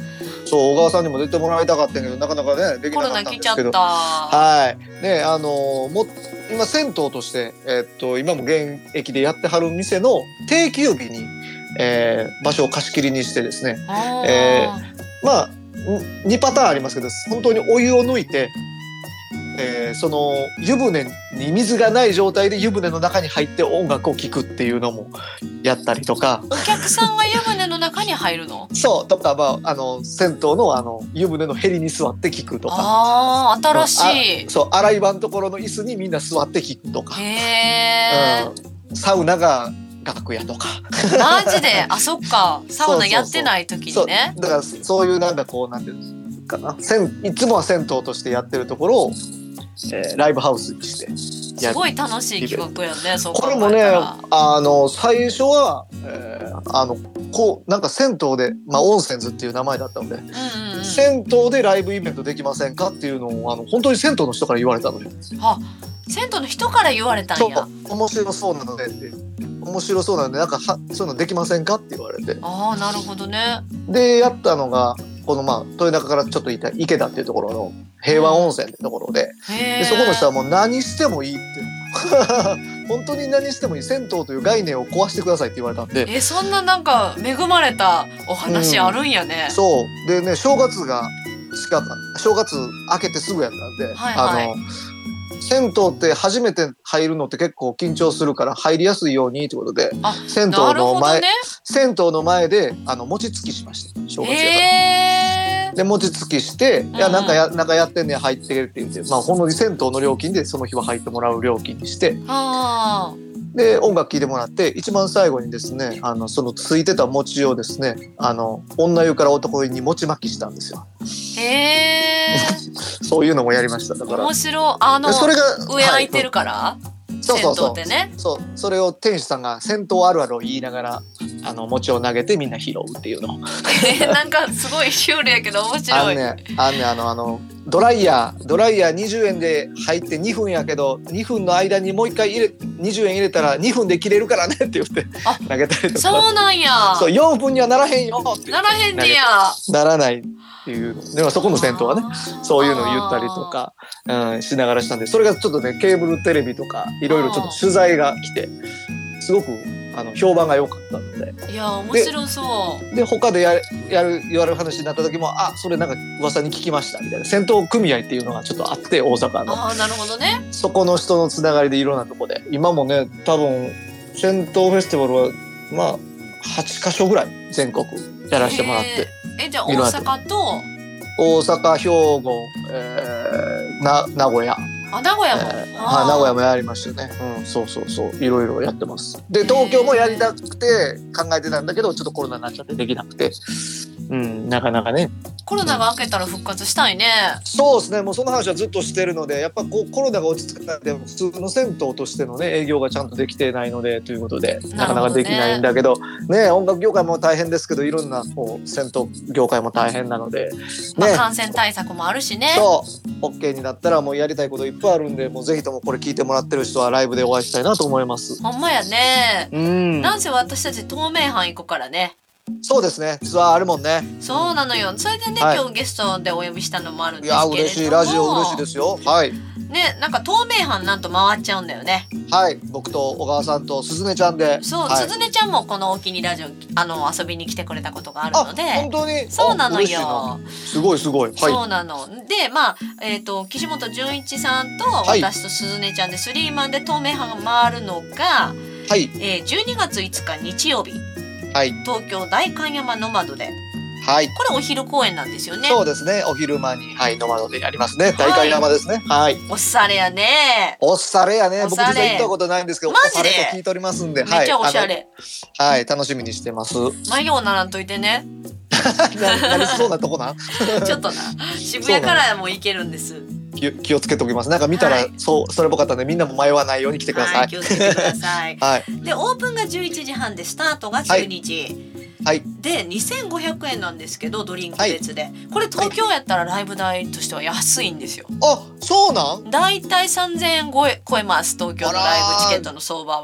そう小川さんにも出てもらいたかったけどなかなかねできなかったんですけど、 コロナ来ちゃった。 はいねあのー、も今銭湯として、えー、っと今も現役でやってはる店の定休日に、えー、場所を貸し切りにしてですね、えー、まあにパターンありますけど本当にお湯を抜いて、えー、その湯船に水がない状態で湯船の中に入って音楽を聴くっていうのもやったりとか。 お客さんが湯船の中に入るの？ そうとか、まあ、あの銭湯の、あの湯船のへりに座って聴くとか。 あー新しい。 そう洗い場のところの椅子にみんな座って聴くとか。 へー、 うん、サウナが楽屋とか。 マジであそっかサウナやってない時にね。 そうだからそういうなんかこうなんていうんかな、いつもは銭湯としてやってるところを、えー、ライブハウスにしてやる。 すごい楽しい企画よね。そう考えたらこれもねあの最初は、えー、あのこうなんか銭湯で、まあ、温泉図っていう名前だったので、 うんうんうん、 銭湯でライブイベントできませんかっていうのをあの本当に銭湯の人から言われたので。 あ銭湯の人から言われたんや。 そう面白そうなのでって面白そうなのでなんかはそういうのできませんかって言われて。 ああなるほどね。 でやったのがこのまあ豊中からちょっといた池田っていうところの平和温泉ってところで、うん、でそこの人はもう何してもいいって本当に何してもいい銭湯という概念を壊してくださいって言われたんで。 えそんななんか恵まれたお話あるんやね、 うん、そうでね正月が近か正月明けてすぐやったんで、はいはい、あの銭湯って初めて入るのって結構緊張するから入りやすいようにということで銭湯の前、ね、銭湯の前であの餅つきしました正月やから、えー、で餅つきして「いやなんか や, なんかやってんねん入ってる」って言って、まあ、ほんのに銭湯の料金でその日は入ってもらう料金にしてあで音楽聴いてもらって一番最後にですねあのそのついてた餅をですねあの女湯から男湯に餅巻きしたんですよ。へーそういうのもやりました。だから面白い。あのそれが上空いてるから、はい、 そうそうそう銭湯ってね。 そうそれを店主さんが銭湯あるあるを言いながらあの餅を投げてみんな拾うっていうのえー、なんかすごいシュールやけど面白い。 あのねあのねあのあのドライヤードライヤーにじゅうえんで入ってにふんやけどにふんの間にもう一回入れにじゅうえん入れたらにふんで切れるからねって言って投げたりとか。 そうなんや。 そうよんぷんにはならへんよってならへんねや。 ならないっていうでもそこの銭湯はねそういうのを言ったりとか、うん、しながらしたんでそれがちょっとねケーブルテレビとかいろいろちょっと取材が来てすごくあの評判が良かったので。 いや面白そうで他でやるやる言われる話になった時もあそれなんか噂に聞きましたみたいな銭湯組合っていうのがちょっとあって大阪のあなるほどね。 そこの人のつながりでいろんなとこで今もね多分銭湯フェスティバルはまあはちかしょぐらい全国やらせてもらって。 えじゃあ大阪と大阪兵庫、えー、な名古屋あ名古屋も、 えー、はい名古屋もやりましたね。うんそうそうそういろいろやってます。で東京もやりたくて考えてたんだけどちょっとコロナになっちゃってできなくて、うんなかなかね。 コロナが明けたら復活したいね。 そうですねもうその話はずっとしてるのでやっぱこうコロナが落ち着かないで普通の銭湯としてのね営業がちゃんとできてないのでということでなかなかできないんだけど ね, ね音楽業界も大変ですけどいろんなこう銭湯業界も大変なので、ねまあ、感染対策もあるしね。 そう OK になったらもうやりたいこといっぱいあるんでもうぜひともこれ聞いてもらってる人はライブでお会いしたいなと思います。 ほんまやね。 うんなんせ私たち透明版行くからね。 そうですねツアーあるもんね。 そうなのよ。それでね、はい、今日ゲストでお呼びしたのもあるんですけれども。 いや嬉しいラジオ嬉しいですよ。はいねなんか透明版なんと回っちゃうんだよね。 はい僕と小川さんとすずねちゃんでそう、 はい、 すずねちゃんもこのお気にラジオあの遊びに来てくれたことがあるので。 あ本当にそうなのよ。 すごいすごい、はい、 そうなのでまあ、えー、と岸本純一さんと私とすずねちゃんでスリーマンで透明版が回るのが、はいえー、じゅうにがついつか日曜日、はい、東京代官山ノマドで、はい、これお昼公演なんですよね。 そうですねお昼間に、はい、ノマドでやりますね。代官山ですね。はい、 おっされやね。 おっされやね。僕実は行ったことないんですけどマジでおっされと聞いておりますんでめっちゃおしゃれ、 はい、はい、楽しみにしてます。 迷子ならんといてねなりそうなとこなちょっとな渋谷からも行けるんです。 気, 気をつけておきます。なんか見たら、はい、そうそれっぽかったんでみんなも迷わないように来てください。はい、 気をつけてください、 はい、 でオープンがじゅういちじはんでスタートがじゅうにじ、はい、でにせんごひゃくえんなんですけどドリンク別で、はい、これ東京やったらライブ代としては安いんですよ。 あそうなん。 だいたいさんぜんえん超え、超えます東京のライブチケットの相場は。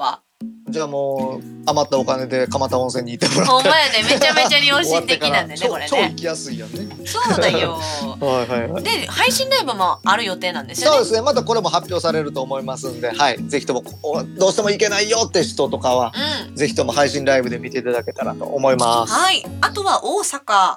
じゃあもう余ったお金で蒲田温泉に行ってもらって。 ほんまやね、めちゃめちゃ良心的なんでね、これね。 超行きやすいやんね。 そうだよ。 はいはいはい。 で配信ライブもある予定なんですよね。 そうですね。またこれも発表されると思いますんで、はい。ぜひともどうしても行けないよって人とかは、 うん、 ぜひとも配信ライブで見ていただけたらと思います。 はい。あとは大阪。 はい。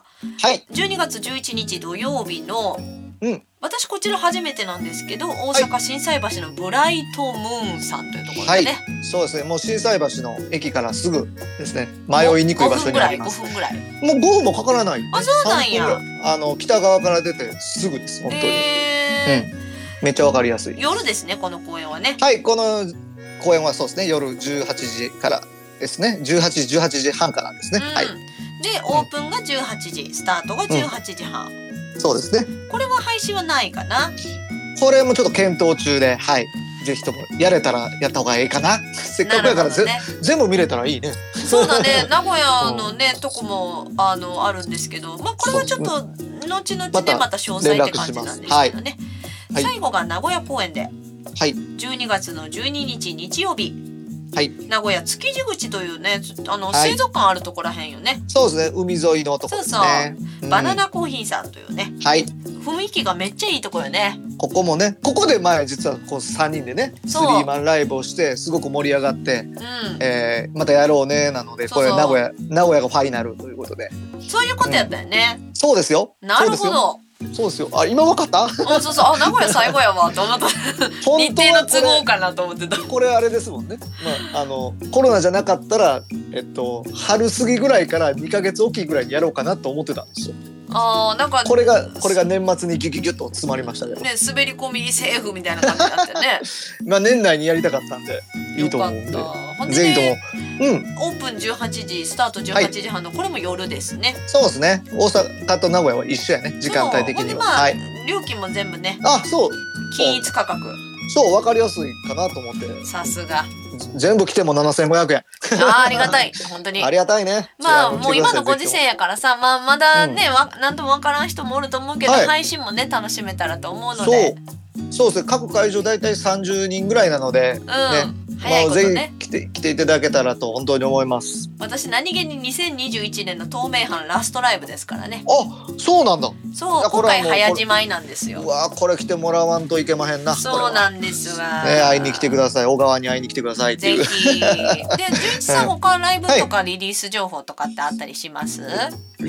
じゅうにがつじゅういちにち土曜日の。 うん。 私こちら初めてなんですけど、大阪心斎橋のブライトムーンさんというところでね、 はい、そうですね。もう心斎橋の駅からすぐですね。迷いにくい場所にあります。 ごふんぐらい。 もうごふんもかからない、ね。 あ、そうなんや。 あの北側から出てすぐです本当に。えー、うん。めっちゃわかりやすい。 夜ですね、この公演はね。 はい、この公演はそうですね。夜じゅうはちじからですね。じゅうはちじじゅうはちじはんからですね。 うん、 はい。 でオープンがじゅうはちじ、スタートがじゅうはちじはん。うんそうですね。 これは配信はないかな。 これもちょっと検討中で、はい。ぜひともやれたらやった方がいいかな。せっかくやからぜ、ね、全部見れたらいいね。 そうだね。名古屋のね、うん、とこもあのあるんですけど、まあこれはちょっと後々でまた詳細って感じなんですけどね。はい、最後が名古屋公演で、はい、じゅうにがつのじゅうににち日曜日。はい、名古屋築地口というね、あの、はい、水族館あるところらへんよね。 そうですね、海沿いのところですね。 そうそう、うん、バナナコーヒーさんというね、はい、雰囲気がめっちゃいいところよね。 ここもね、ここで前実はこうさんにんでねスリーマンライブをしてすごく盛り上がって、うんえー、またやろうねなので、これ名古屋名古屋がファイナルということで、 そういうことやったよね。 うん、そうですよ。 なるほど。 そうですよ。あ、今分かった？ そうそうそう。あ、名古屋最後やわと思った。日程の都合かなと思ってた。 これあれですもんね。まああのコロナじゃなかったらえっと春過ぎぐらいからにかげつおきぐらいにやろうかなと思ってたんですよ。 あーなんかこれがこれが年末にギュギュギュッと詰まりましたけど。 ね、滑り込みセーフみたいな感じになってね。 まあ年内にやりたかったんでいいと思うんで。ぜひとも。うん、 オープンじゅうはちじ、スタートじゅうはちじはんの、はい、これも夜ですね。 そうですね。大阪と名古屋は一緒やね。時間帯的には。 まあ、はい、料金も全部ね。 あ、そう。 均一価格。 そう、わかりやすいかなと思って。 さすが。 全部来てもななせんごひゃくえん。 あ、ありがたい。本当に。 ありがたいね。 まあもう今のご時世やからさ、まあまだね、うん、わなんともわからん人もおると思うけど、はい、配信もね楽しめたらと思うので。 そう。そうですね。各会場だいたいさんじゅうにんぐらいなので、うん、ね。 早いことね、 まあ、ぜひ来て来ていただけたらと本当に思います。 私何気ににせんにじゅういちねんの東名阪ラストライブですからね。 あ、そうなんだ。 そう、今回早じまいなんですよ。 うわ、これ来てもらわんといけまへんな。 そうなんですわ。 ね、会いに来てください。小川に会いに来てくださいっていう。 ぜひ。で、純一さん他ライブとかリリース情報とかってあったりします？はい、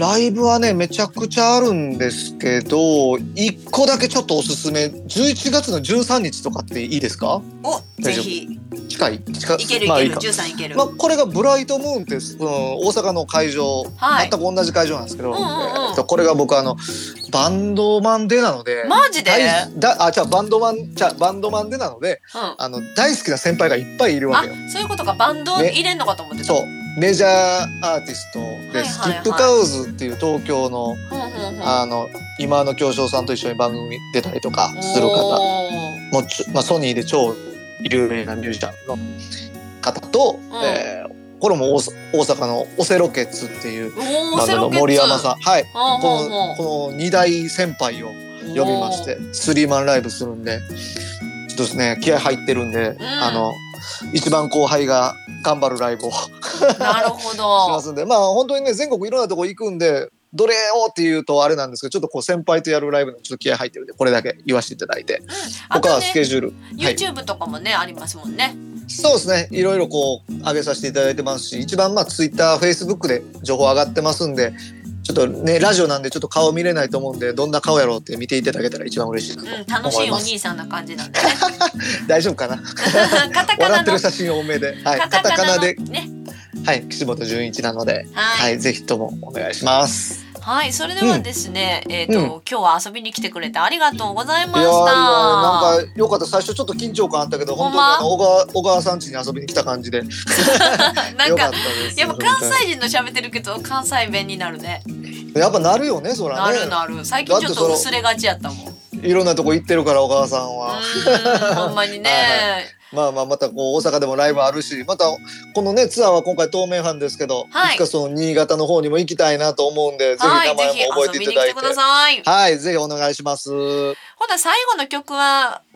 ライブはねめちゃくちゃあるんですけど、いっこだけちょっとおすすめ。じゅういちがつのじゅうさんにちとかっていいですか？ お、ぜひ。 近い近い。 いけるいける、まあ、じゅうさんいける。 まあこれがブライトムーンって、うん、大阪の会場、はい、全く同じ会場なんですけど、うんうんうん、えー、これが僕あのバンドマンでなので、 マジで？ だあじゃあバンドマンじゃバンドマンでなので、うん、あの大好きな先輩がいっぱいいるわけよ。 あ、そういうことか。バンド入れんのかと思ってた。 ね、そうメジャーアーティストで、はいはいはい、スキップカウズっていう東京の、うんうんうん、あの今の京商さんと一緒に番組に出たりとかする方、もうちょ、まあ、ソニーで超有名なミュージシャンの方と、うん、えー、これも大阪のオセロケツっていうバンドの森山さん、はい、このこのに大先輩を呼びましてスリーマンライブするんで、ちょっとですね気合入ってるんで、うん、あの一番後輩が頑張るライブをなるほどしますんで、まあ本当にね全国いろんなとこ行くんで、どれをっていうとあれなんですけど、ちょっとこう先輩とやるライブのちょっと気合入ってるんで、これだけ言わせていただいて、うん、他はスケジュール、ね、 はい、YouTube とかもねありますもんね。 そうですね、いろいろこう上げさせていただいてますし、一番まあ Twitter、Facebook で情報上がってますんで、ちょっとねラジオなんでちょっと顔見れないと思うんで、どんな顔やろうって見ていただけたら一番嬉しいなと思います。 うん、楽しいお兄さんな感じなんでね大丈夫かなカタカナの笑ってる写真多めで、はい、カタカナで、 ね、 はい、岸本純一なので、はい、はい、ぜひともお願いします。 はい、それではですね、うん、えっ、ー、と、うん、今日は遊びに来てくれてありがとうございました。いやいや、 なんかよかった。最初ちょっと緊張感あったけど、本当にあの小川小川さん家に遊びに来た感じでなんかよかったです。 やっぱ関西人の喋ってるけど関西弁になるね。 やっぱなるよね、そらね。 なるなる。最近ちょっと薄れがちやったもん。 いろんなとこ行ってるから小川さんは。 ほんまにね。はいはい、 まあまあまたこう大阪でもライブあるし、またこのねツアーは今回東名阪ですけど、はい、いつかその新潟の方にも行きたいなと思うんで、ぜひ名前も覚えていただいて、はい、ぜひお願いします。 ほな最後の曲は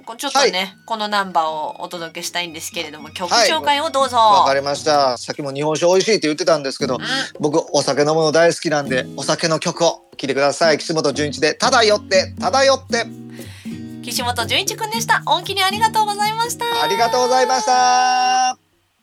ちょっとね、 はい、 このナンバーをお届けしたいんですけれども、曲紹介をどうぞ。 わかりました。さっきも日本酒美味しいって言ってたんですけど、うん、僕お酒飲むの大好きなんで、お酒の曲を聴いてください。岸本純一で漂って漂って。 岸本純一くんでした。おおきにありがとうございました。 ありがとうございました。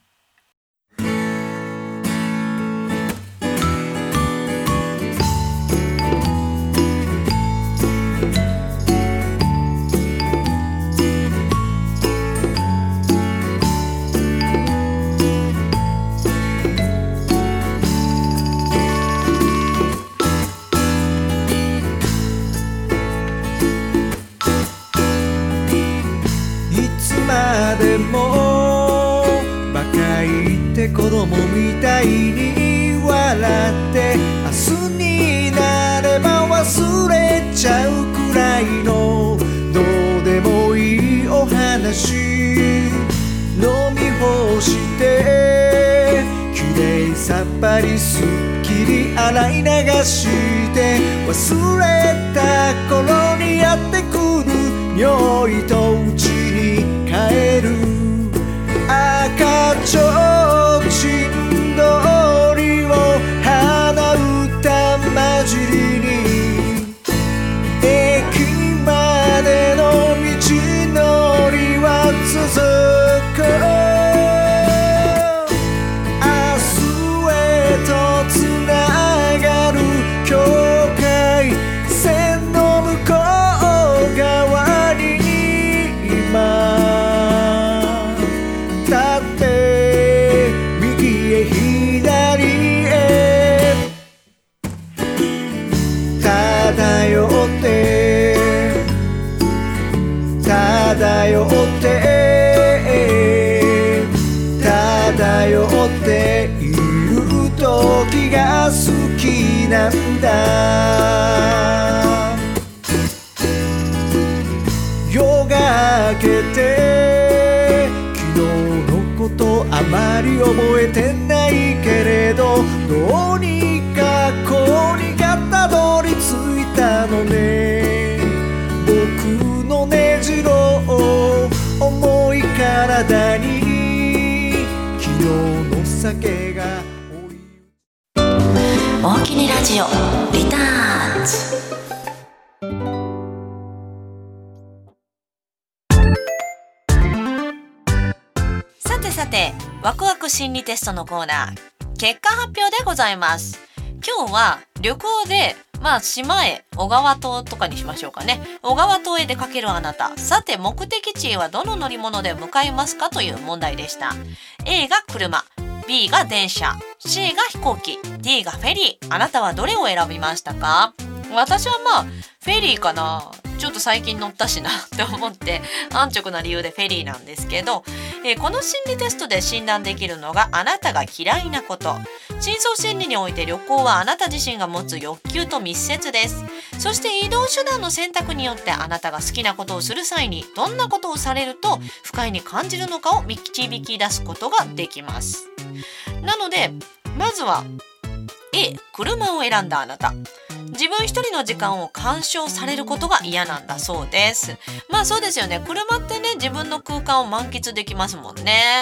でもバカ言って子供みたいに笑って明日になれば忘れちゃうくらいのどうでもいいお話飲み干してきれいさっぱりすっきり洗い流して忘れた頃にやってくる匂いとうちに帰る赤ちょうちん鳥を花歌混じりに駅までの道のりは続く明日へとつながる境界線の向こう側に今漂って漂って漂っている時が好きなんだ夜が明けて昨日のことあまり覚えてないけれどどうにかこうにかたどり着いたのね僕のねじろを重い体に昨日の酒が大きにラジオリターンズ。さてさて、ワクワク心理テストのコーナー、結果発表でございます。今日は旅行でまあ島へ小川島とかにしましょうかね。小川島へ出かけるあなた、さて目的地へはどの乗り物で向かいますかという問題でした。 A が車、 B が電車、 C が飛行機、 D がフェリー。あなたはどれを選びましたか？私はまあフェリーかな。ちょっと最近乗ったしなって思って安直な理由でフェリーなんですけど、えー、この心理テストで診断できるのがあなたが嫌いなこと。深層心理において旅行はあなた自身が持つ欲求と密接です。そして移動手段の選択によってあなたが好きなことをする際にどんなことをされると不快に感じるのかを導き出すことができます。なのでまずは A、 車を選んだあなた、自分一人の時間を干渉されることが嫌なんだそうです。まあそうですよね、車ってね自分の空間を満喫できますもんね。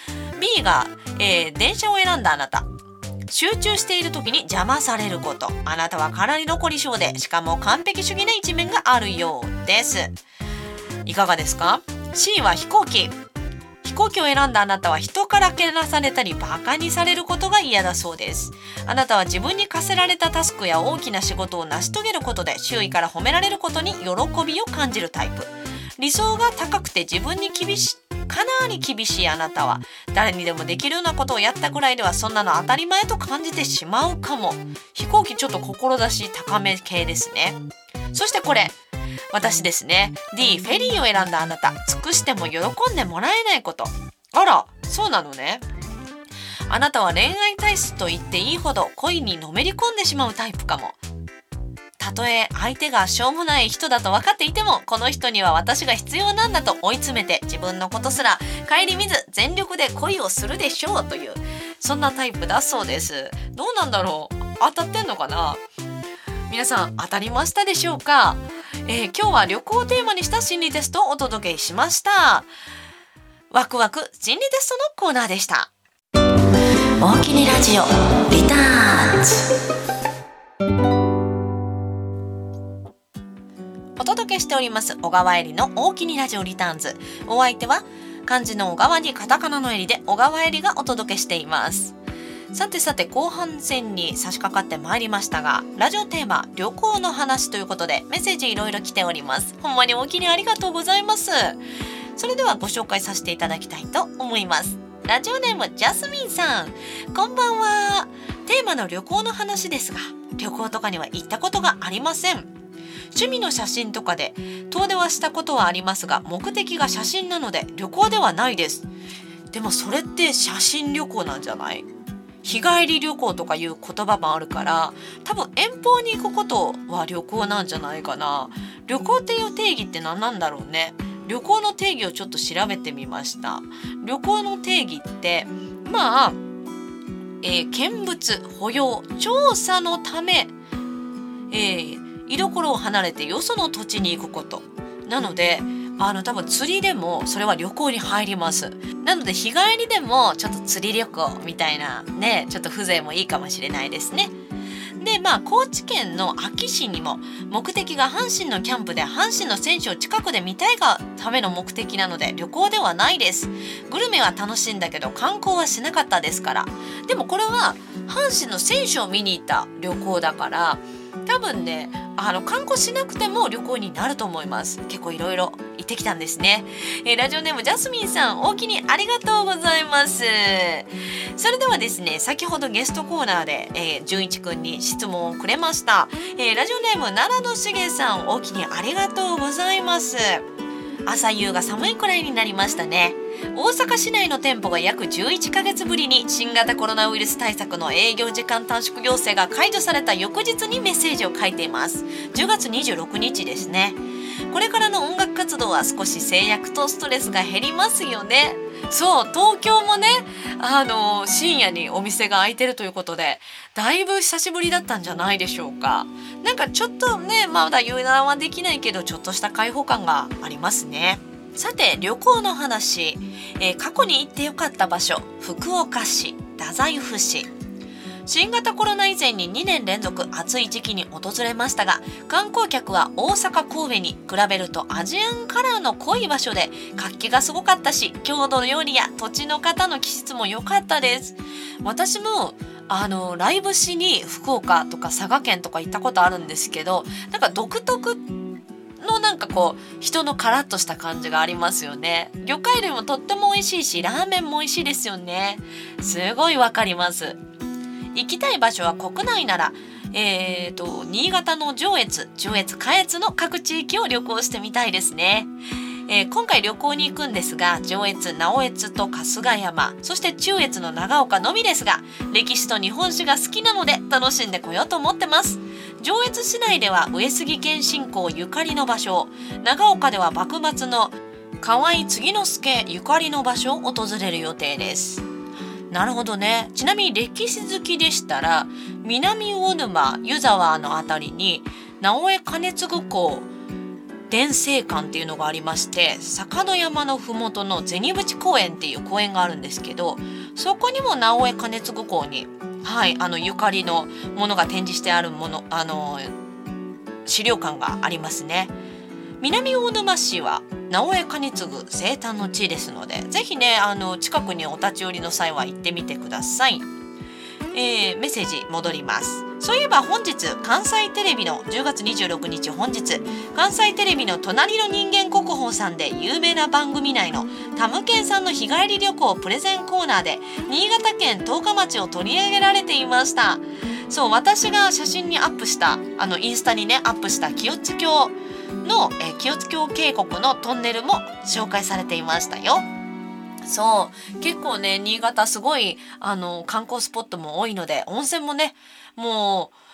B が、えー、電車を選んだあなた、集中している時に邪魔されること。あなたは空に残り性で、しかも完璧主義な一面があるようです。いかがですか？ C は飛行機。飛行機を選んだあなたは人からけなされたりバカにされることが嫌だそうです。あなたは自分に課せられたタスクや大きな仕事を成し遂げることで周囲から褒められることに喜びを感じるタイプ。理想が高くて自分に厳しかなり厳しいあなたは誰にでもできるようなことをやったくらいではそんなの当たり前と感じてしまうかも。飛行機ちょっと志高め系ですね。そしてこれ私ですね。 D、 フェリーを選んだあなた、尽くしても喜んでもらえないこと。あら、そうなのね。あなたは恋愛体質と言っていいほど恋にのめり込んでしまうタイプかも。たとえ相手がしょうもない人だと分かっていても、この人には私が必要なんだと追い詰めて自分のことすら顧みず全力で恋をするでしょうという、そんなタイプだそうです。どうなんだろう、当たってんのかな。皆さん当たりましたでしょうか？ えー、今日は旅行をテーマにした心理テストをお届けしました。ワクワク心理テストのコーナーでした。大きにラジオリターンズ。お届けしております小川えりの大きにラジオリターンズ。お相手は漢字の小川にカタカナのえりで小川えりがお届けしています。さてさて後半戦に差し掛かってまいりましたが、ラジオテーマ旅行の話ということでメッセージいろいろ来ております。ほんまに大きにありがとうございます。それではご紹介させていただきたいと思います。ラジオネームジャスミンさん、こんばんは。テーマの旅行の話ですが、旅行とかには行ったことがありません。趣味の写真とかで遠出はしたことはありますが、目的が写真なので旅行ではないです。でもそれって写真旅行なんじゃない？日帰り旅行とかいう言葉もあるから、多分遠方に行くことは旅行なんじゃないかな。旅行っていう定義って何なんだろうね。旅行の定義をちょっと調べてみました。旅行の定義ってまあ、えー、見物保養調査のため、えー、居所を離れてよその土地に行くことなので、あの多分釣りでもそれは旅行に入ります。なので日帰りでもちょっと釣り旅行みたいなね、ちょっと風情もいいかもしれないですね。でまあ高知県の安芸市にも目的が阪神のキャンプで阪神の選手を近くで見たいがための目的なので旅行ではないです。グルメは楽しんだけど観光はしなかったですから。でもこれは阪神の選手を見に行った旅行だから、多分ねあの観光しなくても旅行になると思います。結構いろいろ行ってきたんですね。えー、ラジオネームジャスミンさん、大きにありがとうございます。それではですね、先ほどゲストコーナーで、えー、純一くんに質問をくれました、えー、ラジオネーム奈良のしげさん、大きにありがとうございます。朝夕が寒いくらいになりましたね。大阪市内の店舗が約じゅういっかげつぶりに新型コロナウイルス対策の営業時間短縮要請が解除された翌日にメッセージを書いています。じゅうがつにじゅうろくにちですね。これからの音楽活動は少し制約とストレスが減りますよね。そう、東京もね、あの深夜にお店が開いてるということで、だいぶ久しぶりだったんじゃないでしょうか。なんかちょっとね、まだ油断はできないけど、ちょっとした開放感がありますね。さて旅行の話、えー、過去に行ってよかった場所、福岡市、太宰府市。新型コロナ以前ににねん連続暑い時期に訪れましたが、観光客は大阪神戸に比べるとアジアンカラーの濃い場所で活気がすごかったし、郷土料理や土地の方の気質も良かったです。私もあのライブしに福岡とか佐賀県とか行ったことあるんですけど、なんか独特のなんかこう人のカラッとした感じがありますよね。魚介類もとっても美味しいし、ラーメンも美味しいですよね。すごいわかります。行きたい場所は国内なら、えーと、新潟の上越、上越、下越の各地域を旅行してみたいですね。えー、今回旅行に行くんですが、上越、直越と春日山、そして中越の長岡のみですが、歴史と日本史が好きなので楽しんでこようと思ってます。上越市内では上杉謙信公ゆかりの場所、長岡では幕末の河合継之助ゆかりの場所を訪れる予定です。なるほどね。ちなみに歴史好きでしたら、南魚沼湯沢のあたりに直江兼続公伝生館っていうのがありまして、坂の山のふもとの銭淵公園っていう公園があるんですけど、そこにも直江兼続公に、はい、あのゆかりのものが展示してあるもの、あの資料館がありますね。南魚沼市は直江兼続生誕の地ですので、ぜひね、あの近くにお立ち寄りの際は行ってみてください。えー、メッセージ戻ります。そういえば本日関西テレビのじゅうがつにじゅうろくにち、本日関西テレビの隣の人間国宝さんで有名な番組内のタムケンさんの日帰り旅行プレゼンコーナーで新潟県十日町を取り上げられていました。そう、私が写真にアップした、あのインスタにねアップした清津峡の、えー、清津峡渓谷のトンネルも紹介されていましたよ。そう結構ね、新潟すごいあの観光スポットも多いので、温泉もねも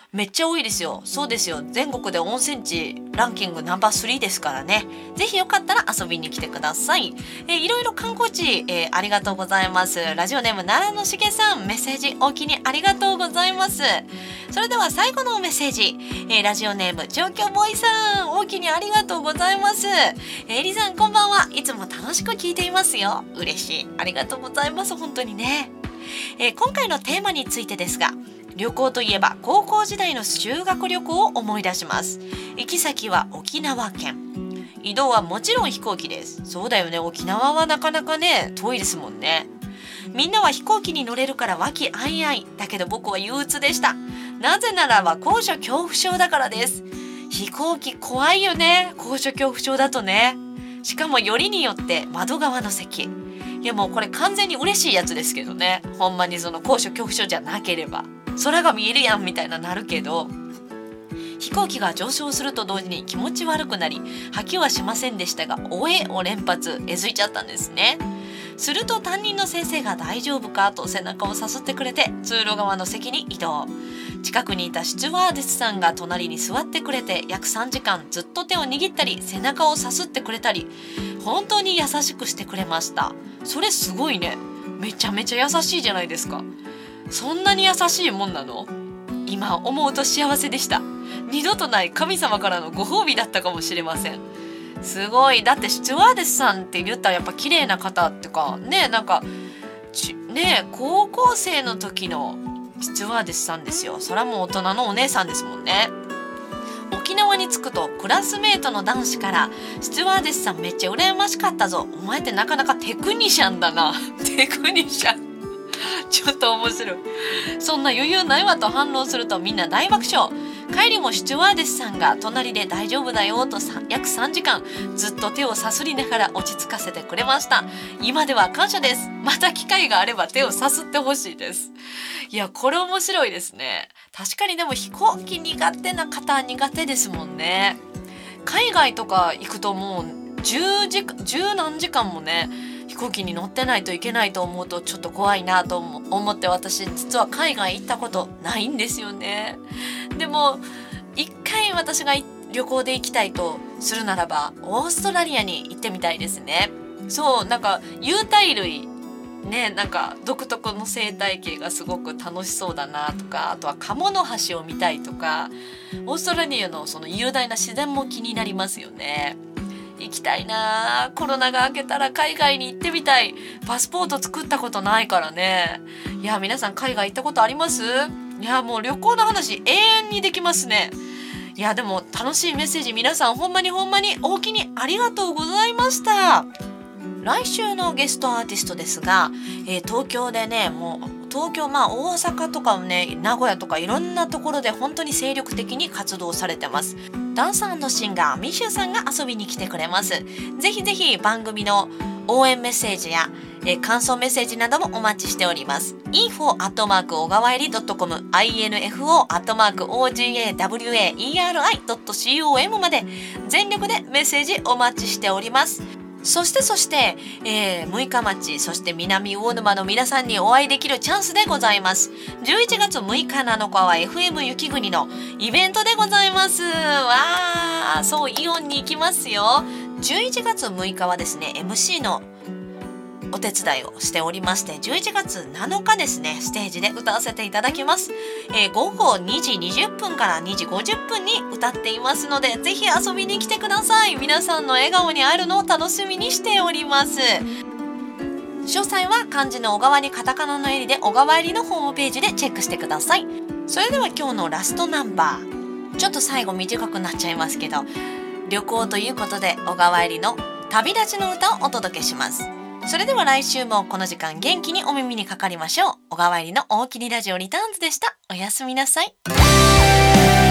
めっちゃ多いですよ。そうですよ。全国で温泉地ランキングナンバースリーですからね。ぜひよかったら遊びに来てください。えー、いろいろ観光地、えー、ありがとうございます。ラジオネーム奈良のしげさん、メッセージお気にありがとうございます。それでは最後のメッセージ、えー、ラジオネーム上京ボーイさん、お気にありがとうございます。えー、エリさんこんばんは。いつも楽しく聞いていますよ。嬉しい。ありがとうございます。本当にね。えー、今回のテーマについてですが、旅行といえば高校時代の修学旅行を思い出します。行き先は沖縄県。移動はもちろん飛行機です。そうだよね、沖縄はなかなかね遠いですもんね。みんなは飛行機に乗れるから和気あいあいだけど、僕は憂鬱でした。なぜならば高所恐怖症だからです。飛行機怖いよね、高所恐怖症だとね。しかもよりによって窓側の席。いやもうこれ完全に嬉しいやつですけどね。ほんまにその高所恐怖症じゃなければ空が見えるやんみたいななるけど、飛行機が上昇すると同時に気持ち悪くなり吐きはしませんでしたが、おえを連発、えずいちゃったんですね。すると担任の先生が大丈夫かと背中をさすってくれて通路側の席に移動。近くにいたスチュワーデスさんが隣に座ってくれて約さんじかんずっと手を握ったり背中をさすってくれたり、本当に優しくしてくれました。それすごいね。めちゃめちゃ優しいじゃないですか。そんなに優しいもんなの？今思うと幸せでした。二度とない神様からのご褒美だったかもしれません。すごい。だってスチュワーデスさんって言ったらやっぱ綺麗な方ってかね、なんかね、高校生の時のスチュワーデスさんですよ。そらもう大人のお姉さんですもんね。沖縄に着くとクラスメートの男子からスチュワーデスさんめっちゃ羨ましかったぞ、お前ってなかなかテクニシャンだなテクニシャンちょっと面白い。そんな余裕ないわと反論するとみんな大爆笑。帰りもスチュワーデスさんが隣で大丈夫だよと約さんじかんずっと手をさすりながら落ち着かせてくれました。今では感謝です。また機会があれば手をさすってほしいです。いやこれ面白いですね。確かにでも飛行機苦手な方は苦手ですもんね。海外とか行くともうじゅうじかんじゅう何時間もね飛行機に乗ってないといけないと思うとちょっと怖いなと思って、私実は海外行ったことないんですよね。でも一回私が旅行で行きたいとするならばオーストラリアに行ってみたいですね。そう、なんか有袋類ね、なんか独特の生態系がすごく楽しそうだなとか、あとはカモノハシを見たいとか、オーストラリアのその雄大な自然も気になりますよね。行きたいな。コロナが明けたら海外に行ってみたい。パスポート作ったことないからね。いや皆さん海外行ったことあります？いやもう旅行の話永遠にできますね。いやでも楽しいメッセージ皆さんほんまにほんまに大きにありがとうございました。来週のゲストアーティストですが、えー、東京でね、もう東京、まあ大阪とかね、名古屋とかいろんなところで本当に精力的に活動されてます。ダンサー&シンガーミシューさんが遊びに来てくれます。ぜひぜひ番組の応援メッセージや、えー、感想メッセージなどもお待ちしております。インフォ アットマーク 小川えり ドットコム インフォ アットマーク オージーエーダブリューエーイーアールアイ ドットコム まで全力でメッセージお待ちしております。そしてそして、えー、むいか町、そして南魚沼の皆さんにお会いできるチャンスでございます。じゅういちがつむいかなのかは エフエム 雪国のイベントでございます。わー、そう、イオンに行きますよ。じゅういちがつむいかはですね エムシー のお手伝いをしておりまして、じゅういちがつなのかですねステージで歌わせていただきます。えー、午後にじにじゅっぷんからにじごじゅっぷんに歌っていますので、ぜひ遊びに来てください。皆さんの笑顔に会えるのを楽しみにしております。詳細は漢字の小川にカタカナのえりで小川えりのホームページでチェックしてください。それでは今日のラストナンバー、ちょっと最後短くなっちゃいますけど、旅行ということで小川えりの旅立ちの歌をお届けします。それでは来週もこの時間元気にお耳にかかりましょう。小川えりの大きにラジオリターンズでした。おやすみなさい。